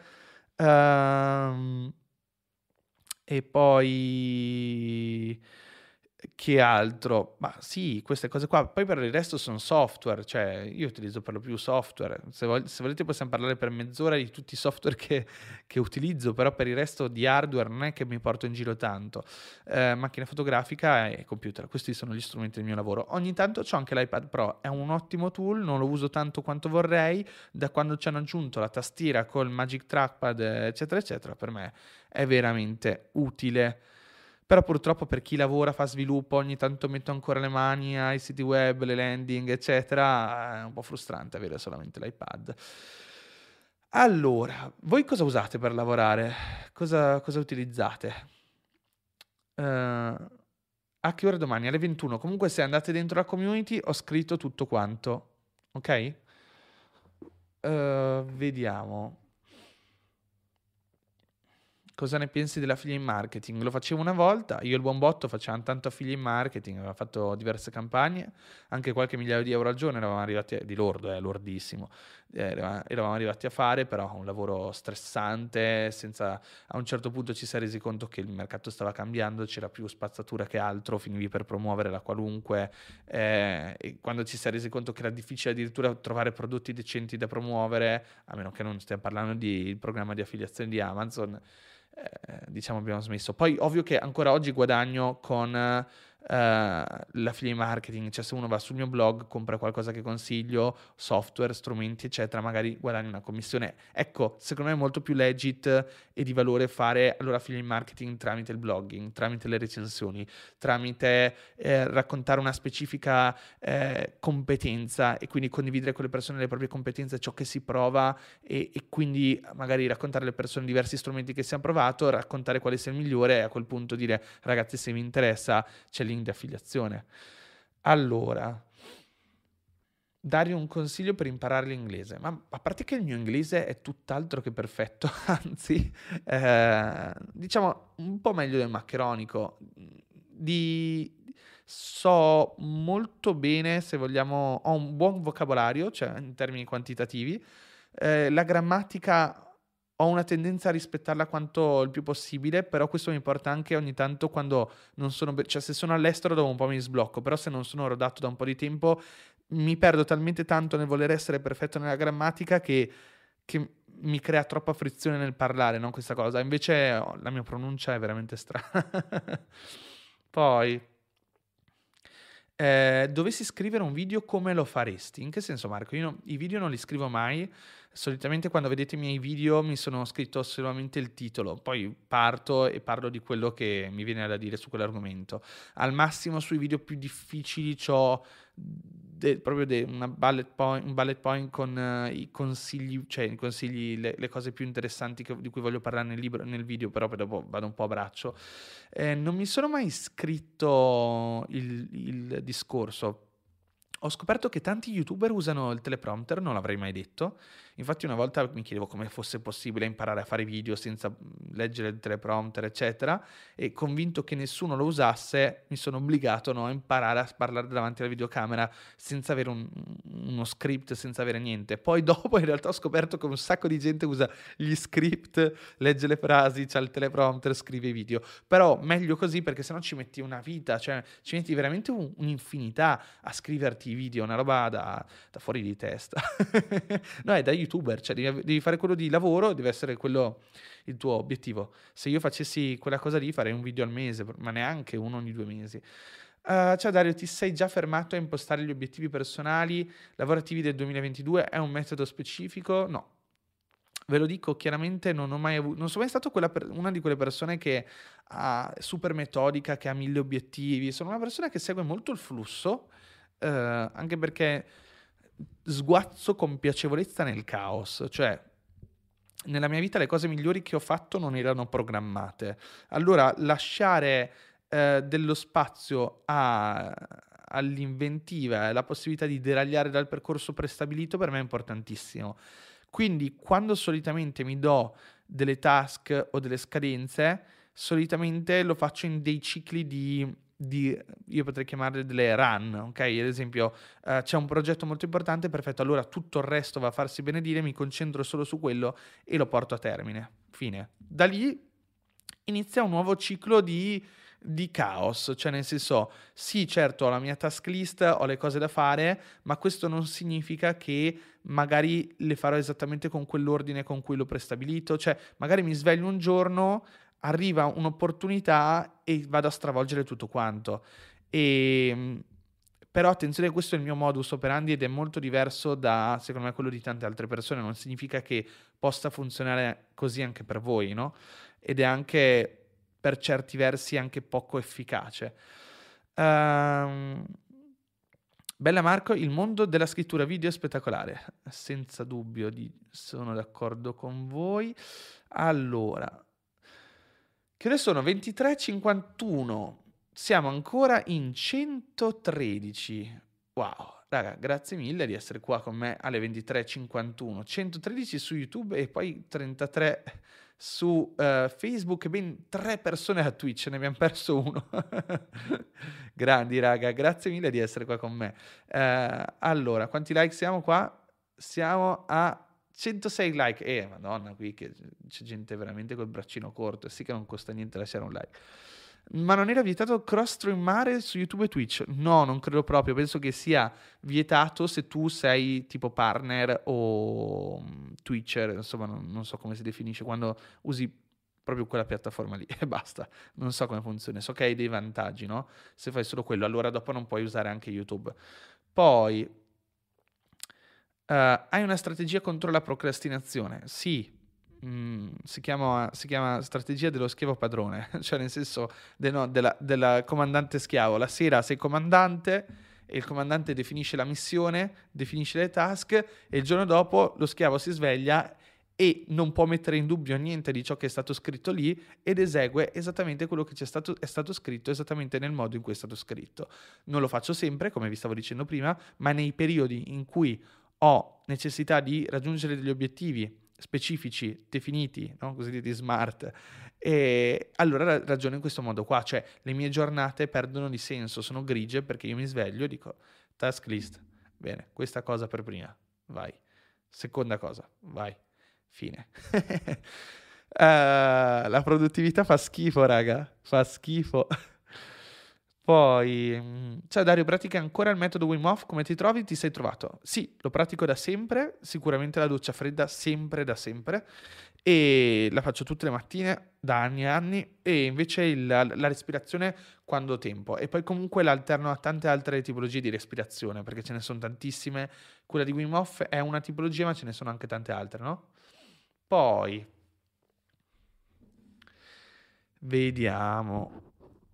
E poi che altro? Ma sì, queste cose qua. Poi per il resto sono software, cioè io utilizzo per lo più software. Se volete possiamo parlare per mezz'ora di tutti i software che utilizzo, però per il resto di hardware non è che mi porto in giro tanto. Macchina fotografica e computer, questi sono gli strumenti del mio lavoro. Ogni tanto c'ho anche l'iPad Pro, è un ottimo tool, non lo uso tanto quanto vorrei. Da quando ci hanno aggiunto la tastiera col Magic Trackpad, eccetera, eccetera, per me è veramente utile. Però purtroppo per chi lavora, fa sviluppo, ogni tanto metto ancora le mani ai siti web, le landing, eccetera, è un po' frustrante avere solamente l'iPad. Allora, voi cosa usate per lavorare? Cosa utilizzate? A che ora domani? Alle 21. Comunque se andate dentro la community ho scritto tutto quanto. Ok? Vediamo. Cosa ne pensi dell'affiliate marketing? Lo facevo una volta, io e il buon Botto facevamo tanto affiliate marketing, aveva fatto diverse campagne, anche qualche migliaio di euro al giorno eravamo arrivati, di lordo, lordissimo, eravamo arrivati a fare, però un lavoro stressante, a un certo punto ci si è resi conto che il mercato stava cambiando, c'era più spazzatura che altro, finivi per promuovere la qualunque, e quando ci si è resi conto che era difficile addirittura trovare prodotti decenti da promuovere, a meno che non stiamo parlando del programma di affiliazione di Amazon, diciamo abbiamo smesso. Poi ovvio che ancora oggi guadagno con l'affiliate marketing, cioè se uno va sul mio blog, compra qualcosa che consiglio, software, strumenti eccetera, magari guadagno una commissione. Ecco, secondo me è molto più legit e di valore fare allora affiliate marketing tramite il blogging, tramite le recensioni, tramite raccontare una specifica competenza e quindi condividere con le persone le proprie competenze, ciò che si prova e quindi magari raccontare alle persone diversi strumenti che si hanno provato, raccontare quale sia il migliore e a quel punto dire ragazzi se vi interessa c'è link di affiliazione. Allora, dare un consiglio per imparare l'inglese, ma a parte che il mio inglese è tutt'altro che perfetto, anzi diciamo un po' meglio del maccheronico, so molto bene, se vogliamo, ho un buon vocabolario, cioè in termini quantitativi, la grammatica ho una tendenza a rispettarla quanto il più possibile, però questo mi porta anche ogni tanto quando non sono, cioè se sono all'estero dopo un po' mi sblocco, però se non sono rodato da un po' di tempo mi perdo talmente tanto nel voler essere perfetto nella grammatica che mi crea troppa frizione nel parlare, no? Questa cosa. Invece la mia pronuncia è veramente strana. Poi, dovessi scrivere un video, come lo faresti? In che senso, Marco? Io i video non li scrivo mai. Solitamente quando vedete i miei video mi sono scritto solamente il titolo, poi parto e parlo di quello che mi viene da dire su quell'argomento. Al massimo sui video più difficili c'ho proprio un bullet point con i consigli, cioè i consigli, le cose più interessanti di cui voglio parlare nel video, però poi dopo vado un po' a braccio. Non mi sono mai scritto il discorso. Ho scoperto che tanti YouTuber usano il teleprompter, non l'avrei mai detto. Infatti una volta mi chiedevo come fosse possibile imparare a fare video senza leggere il teleprompter, eccetera, e convinto che nessuno lo usasse, mi sono obbligato a imparare a parlare davanti alla videocamera senza avere uno script, senza avere niente. Poi dopo in realtà ho scoperto che un sacco di gente usa gli script, legge le frasi, c'ha il teleprompter, scrive i video. Però meglio così, perché sennò ci metti una vita, cioè ci metti veramente un'infinità a scriverti i video, una roba da fuori di testa. No, è da YouTuber, cioè devi fare quello di lavoro, deve essere quello il tuo obiettivo. Se io facessi quella cosa lì farei un video al mese, ma neanche uno ogni 2 mesi. Ciao Dario, ti sei già fermato a impostare gli obiettivi personali lavorativi del 2022? È un metodo specifico? No. Ve lo dico chiaramente, non sono mai stato una di quelle persone che è super metodica, che ha 1000 obiettivi. Sono una persona che segue molto il flusso, anche perché sguazzo con piacevolezza nel caos, cioè nella mia vita le cose migliori che ho fatto non erano programmate. Allora lasciare dello spazio all'inventiva e alla possibilità di deragliare dal percorso prestabilito per me è importantissimo. Quindi quando solitamente mi do delle task o delle scadenze, solitamente lo faccio in dei cicli di io potrei chiamarle delle run, ok? Ad esempio c'è un progetto molto importante, perfetto, allora tutto il resto va a farsi benedire, mi concentro solo su quello e lo porto a termine, fine. Da lì inizia un nuovo ciclo di caos, cioè nel senso, sì certo ho la mia task list, ho le cose da fare, ma questo non significa che magari le farò esattamente con quell'ordine con cui l'ho prestabilito, cioè magari mi sveglio un giorno, arriva un'opportunità e vado a stravolgere tutto quanto. Però attenzione, questo è il mio modus operandi ed è molto diverso da, secondo me, quello di tante altre persone. Non significa che possa funzionare così anche per voi, no? Ed è anche, per certi versi, anche poco efficace. Bella Marco, il mondo della scrittura video è spettacolare. Senza dubbio sono d'accordo con voi. Allora, che ore sono? 23:51. Siamo ancora in 113. Wow, raga, grazie mille di essere qua con me alle 23:51. 113 su YouTube e poi 33 su Facebook e ben 3 persone a Twitch, ne abbiamo perso uno. Grandi, raga, grazie mille di essere qua con me. Allora, quanti like siamo qua? Siamo a 106 like. Madonna, qui che c'è gente veramente col braccino corto. Sì che non costa niente lasciare un like. Ma non era vietato cross-streamare su YouTube e Twitch? No, non credo proprio. Penso che sia vietato se tu sei tipo partner o Twitcher, insomma non so come si definisce, quando usi proprio quella piattaforma lì e basta. Non so come funziona, so che hai dei vantaggi, no? Se fai solo quello, allora dopo non puoi usare anche YouTube. Poi hai una strategia contro la procrastinazione? Sì. Si chiama strategia dello schiavo padrone, cioè nel senso della comandante schiavo. La sera sei comandante e il comandante definisce la missione, definisce le task e il giorno dopo lo schiavo si sveglia e non può mettere in dubbio niente di ciò che è stato scritto lì ed esegue esattamente quello che è stato scritto, esattamente nel modo in cui è stato scritto. Non lo faccio sempre, come vi stavo dicendo prima, ma nei periodi in cui ho necessità di raggiungere degli obiettivi specifici, definiti, no? Cosiddetti smart, e allora ragiono in questo modo qua, cioè le mie giornate perdono di senso, sono grigie perché io mi sveglio e dico task list, bene, questa cosa per prima, vai, seconda cosa, vai, fine. La produttività fa schifo, raga, fa schifo. Poi, ciao Dario, pratica ancora il metodo Wim Hof? Come ti trovi? Ti sei trovato? Sì, lo pratico da sempre, sicuramente la doccia fredda sempre da sempre e la faccio tutte le mattine da anni e anni e invece la respirazione quando ho tempo e poi comunque l'alterno a tante altre tipologie di respirazione perché ce ne sono tantissime, quella di Wim Hof è una tipologia ma ce ne sono anche tante altre, no? Poi, vediamo.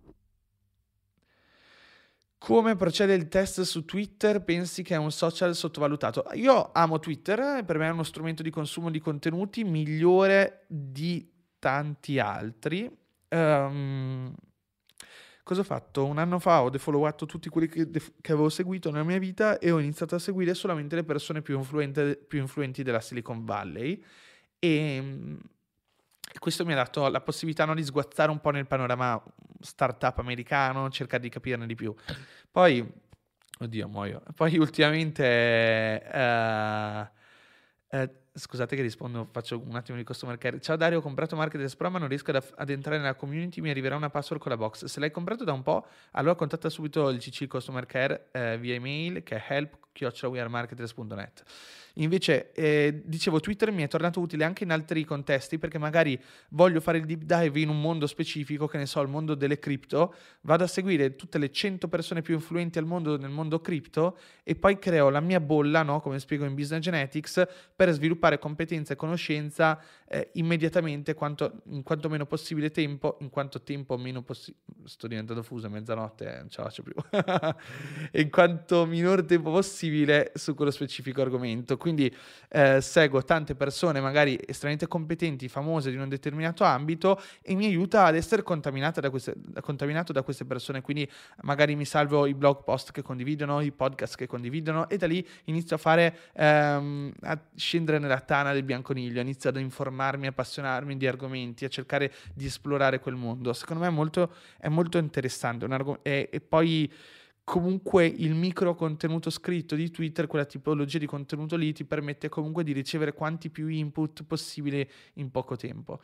Come procede il test su Twitter? Pensi che è un social sottovalutato? Io amo Twitter, per me è uno strumento di consumo di contenuti migliore di tanti altri. Cosa ho fatto? Un anno fa ho defollowato tutti quelli che avevo seguito nella mia vita e ho iniziato a seguire solamente le persone più influenti della Silicon Valley e questo mi ha dato la possibilità di sguazzare un po' nel panorama startup americano, cercare di capirne di più. Poi, oddio, muoio. Poi ultimamente, scusate che rispondo, faccio un attimo di customer care. Ciao Dario, ho comprato Marketers Pro ma non riesco ad entrare nella community, mi arriverà una password con la box. Se l'hai comprato da un po', allora contatta subito il CC Customer Care via email che è help@wearemarketers.net. Invece, dicevo, Twitter mi è tornato utile anche in altri contesti perché magari voglio fare il deep dive in un mondo specifico, che ne so, il mondo delle cripto, vado a seguire tutte le 100 persone più influenti al mondo nel mondo cripto e poi creo la mia bolla, no? Come spiego in Business Genetics, per sviluppare competenza e conoscenza immediatamente in quanto meno possibile tempo, in quanto tempo meno possibile, sto diventando fuso, mezzanotte, non ce la faccio più, in quanto minor tempo possibile possibile su quello specifico argomento. Quindi seguo tante persone magari estremamente competenti, famose di un determinato ambito, e mi aiuta ad essere contaminato da queste persone. Quindi magari mi salvo i blog post che condividono, i podcast che condividono, e da lì inizio a scendere nella tana del bianconiglio, inizio ad informarmi, appassionarmi di argomenti, a cercare di esplorare quel mondo. Secondo me è molto interessante, e poi comunque il micro contenuto scritto di Twitter, quella tipologia di contenuto lì, ti permette comunque di ricevere quanti più input possibile in poco tempo.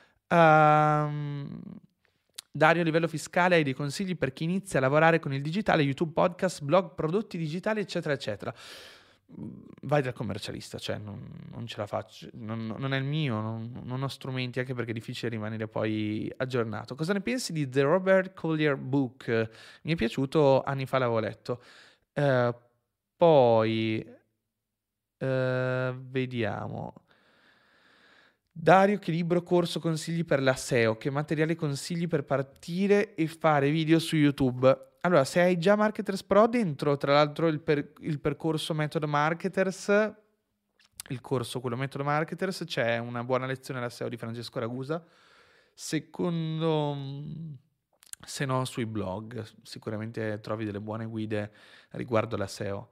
Dario, a livello fiscale hai dei consigli per chi inizia a lavorare con il digitale, YouTube, podcast, blog, prodotti digitali, eccetera, eccetera? Vai dal commercialista, cioè non ce la faccio, non è il mio, non ho strumenti, anche perché è difficile rimanere poi aggiornato. Cosa ne pensi di The Robert Collier Book? Mi è piaciuto, anni fa l'avevo letto. Poi vediamo. Dario, che libro, corso consigli per la SEO? Che materiale consigli per partire e fare video su YouTube? Allora, se hai già Marketers Pro dentro, tra l'altro il percorso Metodo Marketers, il corso quello Metodo Marketers, c'è una buona lezione alla SEO di Francesco Ragusa. Secondo, se no, sui blog sicuramente trovi delle buone guide riguardo la SEO.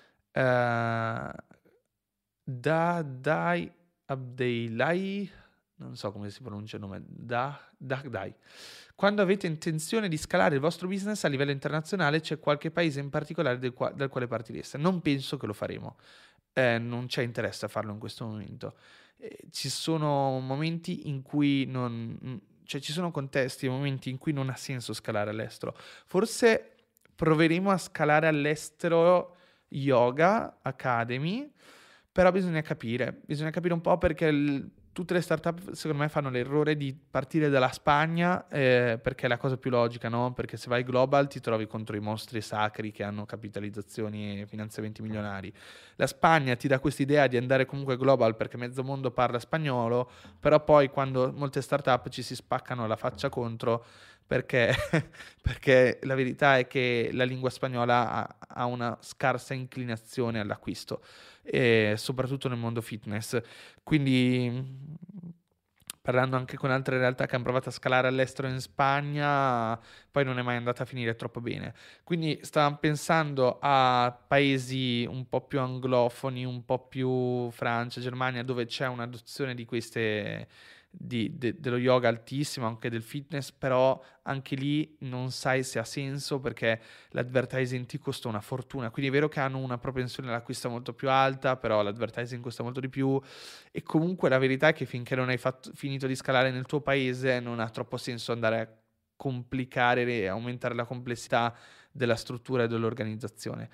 Dai Abdeilai, non so come si pronuncia il nome, Dai. Quando avete intenzione di scalare il vostro business a livello internazionale, c'è qualche paese in particolare dal quale partireste? Non penso che lo faremo, non c'è interesse a farlo in questo momento. Ci sono momenti in cui ci sono contesti e momenti in cui non ha senso scalare all'estero. Forse proveremo a scalare all'estero Yoga Academy, però bisogna capire un po', perché tutte le startup secondo me fanno l'errore di partire dalla Spagna, perché è la cosa più logica, no? Perché se vai global ti trovi contro i mostri sacri che hanno capitalizzazioni e finanziamenti milionari. La Spagna ti dà questa idea di andare comunque global perché mezzo mondo parla spagnolo, però poi quando molte startup ci si spaccano la faccia contro, perché la verità è che la lingua spagnola ha una scarsa inclinazione all'acquisto, soprattutto nel mondo fitness. Quindi, parlando anche con altre realtà che hanno provato a scalare all'estero in Spagna, poi non è mai andata a finire troppo bene. Quindi stavamo pensando a paesi un po' più anglofoni, un po' più Francia, Germania, dove c'è un'adozione di queste dello yoga altissimo, anche del fitness, però anche lì non sai se ha senso, perché l'advertising ti costa una fortuna. Quindi è vero che hanno una propensione all'acquisto molto più alta, però l'advertising costa molto di più, e comunque la verità è che finché non hai finito di scalare nel tuo paese non ha troppo senso andare a complicare e aumentare la complessità della struttura e dell'organizzazione.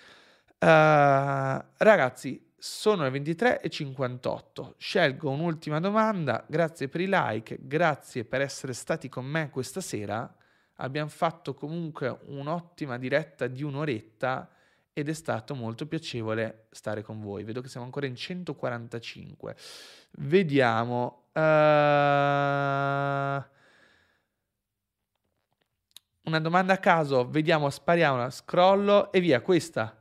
Ragazzi, sono le 23:58. Scelgo un'ultima domanda. Grazie per i like, grazie per essere stati con me questa sera. Abbiamo fatto comunque un'ottima diretta di un'oretta ed è stato molto piacevole stare con voi. Vedo che siamo ancora in 145. Vediamo. Una domanda a caso, vediamo, spariamola, scrollo e via. Questa.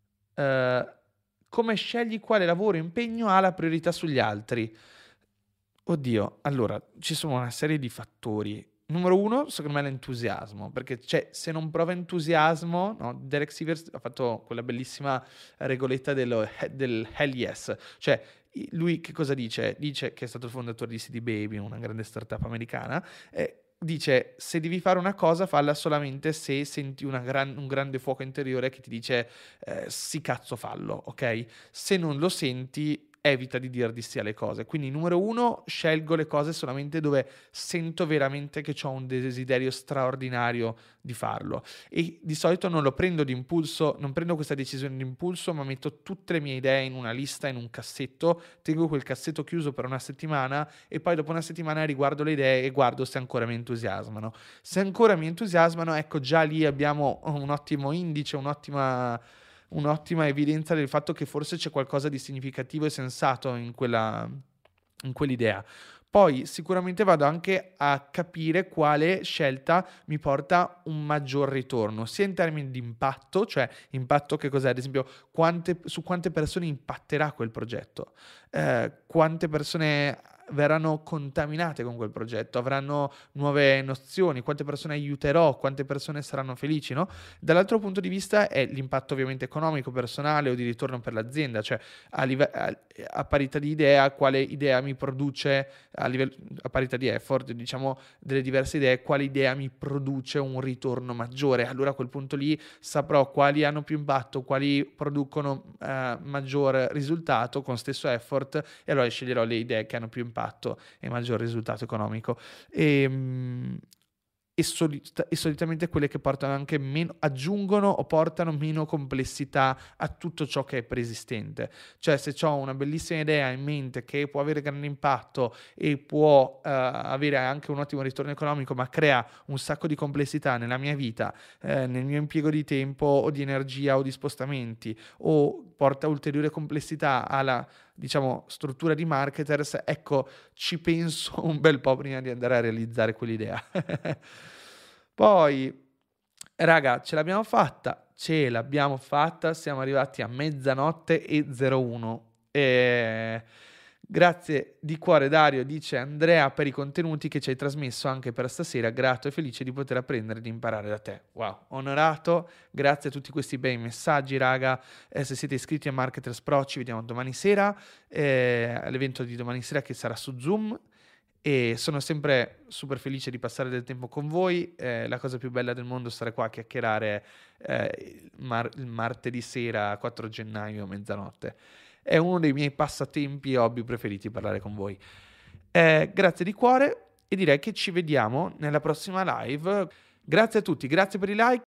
Come scegli quale lavoro impegno ha la priorità sugli altri? Oddio, allora, ci sono una serie di fattori. Numero uno, secondo me, è l'entusiasmo, perché se non prova entusiasmo, no? Derek Sivers ha fatto quella bellissima regoletta del hell yes, cioè lui che cosa dice? Dice che è stato il fondatore di CD Baby, una grande startup americana, dice: se devi fare una cosa, falla solamente se senti un grande fuoco interiore che ti dice sì, cazzo, fallo, ok? Se non lo senti, evita di dir di sì alle cose. Quindi numero uno, scelgo le cose solamente dove sento veramente che ho un desiderio straordinario di farlo, e di solito non lo prendo d'impulso, non prendo questa decisione d'impulso, ma metto tutte le mie idee in una lista, in un cassetto, tengo quel cassetto chiuso per una settimana e poi dopo una settimana riguardo le idee e guardo se ancora mi entusiasmano. Se ancora mi entusiasmano, ecco, già lì abbiamo un ottimo indice, un'ottima evidenza del fatto che forse c'è qualcosa di significativo e sensato in quell'idea. Poi sicuramente vado anche a capire quale scelta mi porta un maggior ritorno, sia in termini di impatto, cioè impatto che cos'è, ad esempio su quante persone impatterà quel progetto, quante persone verranno contaminate con quel progetto, avranno nuove nozioni, quante persone aiuterò, quante persone saranno felici, no? Dall'altro punto di vista è l'impatto ovviamente economico, personale o di ritorno per l'azienda, cioè a parità di idea, quale idea mi produce, a parità di effort, diciamo, delle diverse idee, quale idea mi produce un ritorno maggiore. Allora a quel punto lì saprò quali hanno più impatto, quali producono maggior risultato con stesso effort, e allora sceglierò le idee che hanno più impatto e maggior risultato economico. E solitamente quelle che portano anche meno, aggiungono o portano meno complessità a tutto ciò che è preesistente. Cioè, se ho una bellissima idea in mente che può avere grande impatto e può avere anche un ottimo ritorno economico, ma crea un sacco di complessità nella mia vita, nel mio impiego di tempo o di energia o di spostamenti, o porta ulteriore complessità alla, diciamo, struttura di marketers, ecco, ci penso un bel po' prima di andare a realizzare quell'idea. Poi, raga, ce l'abbiamo fatta, siamo arrivati a 00:01. Grazie di cuore, Dario, dice Andrea, per i contenuti che ci hai trasmesso anche per stasera, grato e felice di poter apprendere e di imparare da te. Wow, onorato, grazie a tutti questi bei messaggi, raga. Se siete iscritti a Marketers Pro, ci vediamo domani sera, all'evento di domani sera che sarà su Zoom, e sono sempre super felice di passare del tempo con voi. La cosa più bella del mondo è stare qua a chiacchierare il martedì sera 4 gennaio mezzanotte. È uno dei miei passatempi e hobby preferiti parlare con voi. Grazie di cuore e direi che ci vediamo nella prossima live. Grazie a tutti, grazie per i like,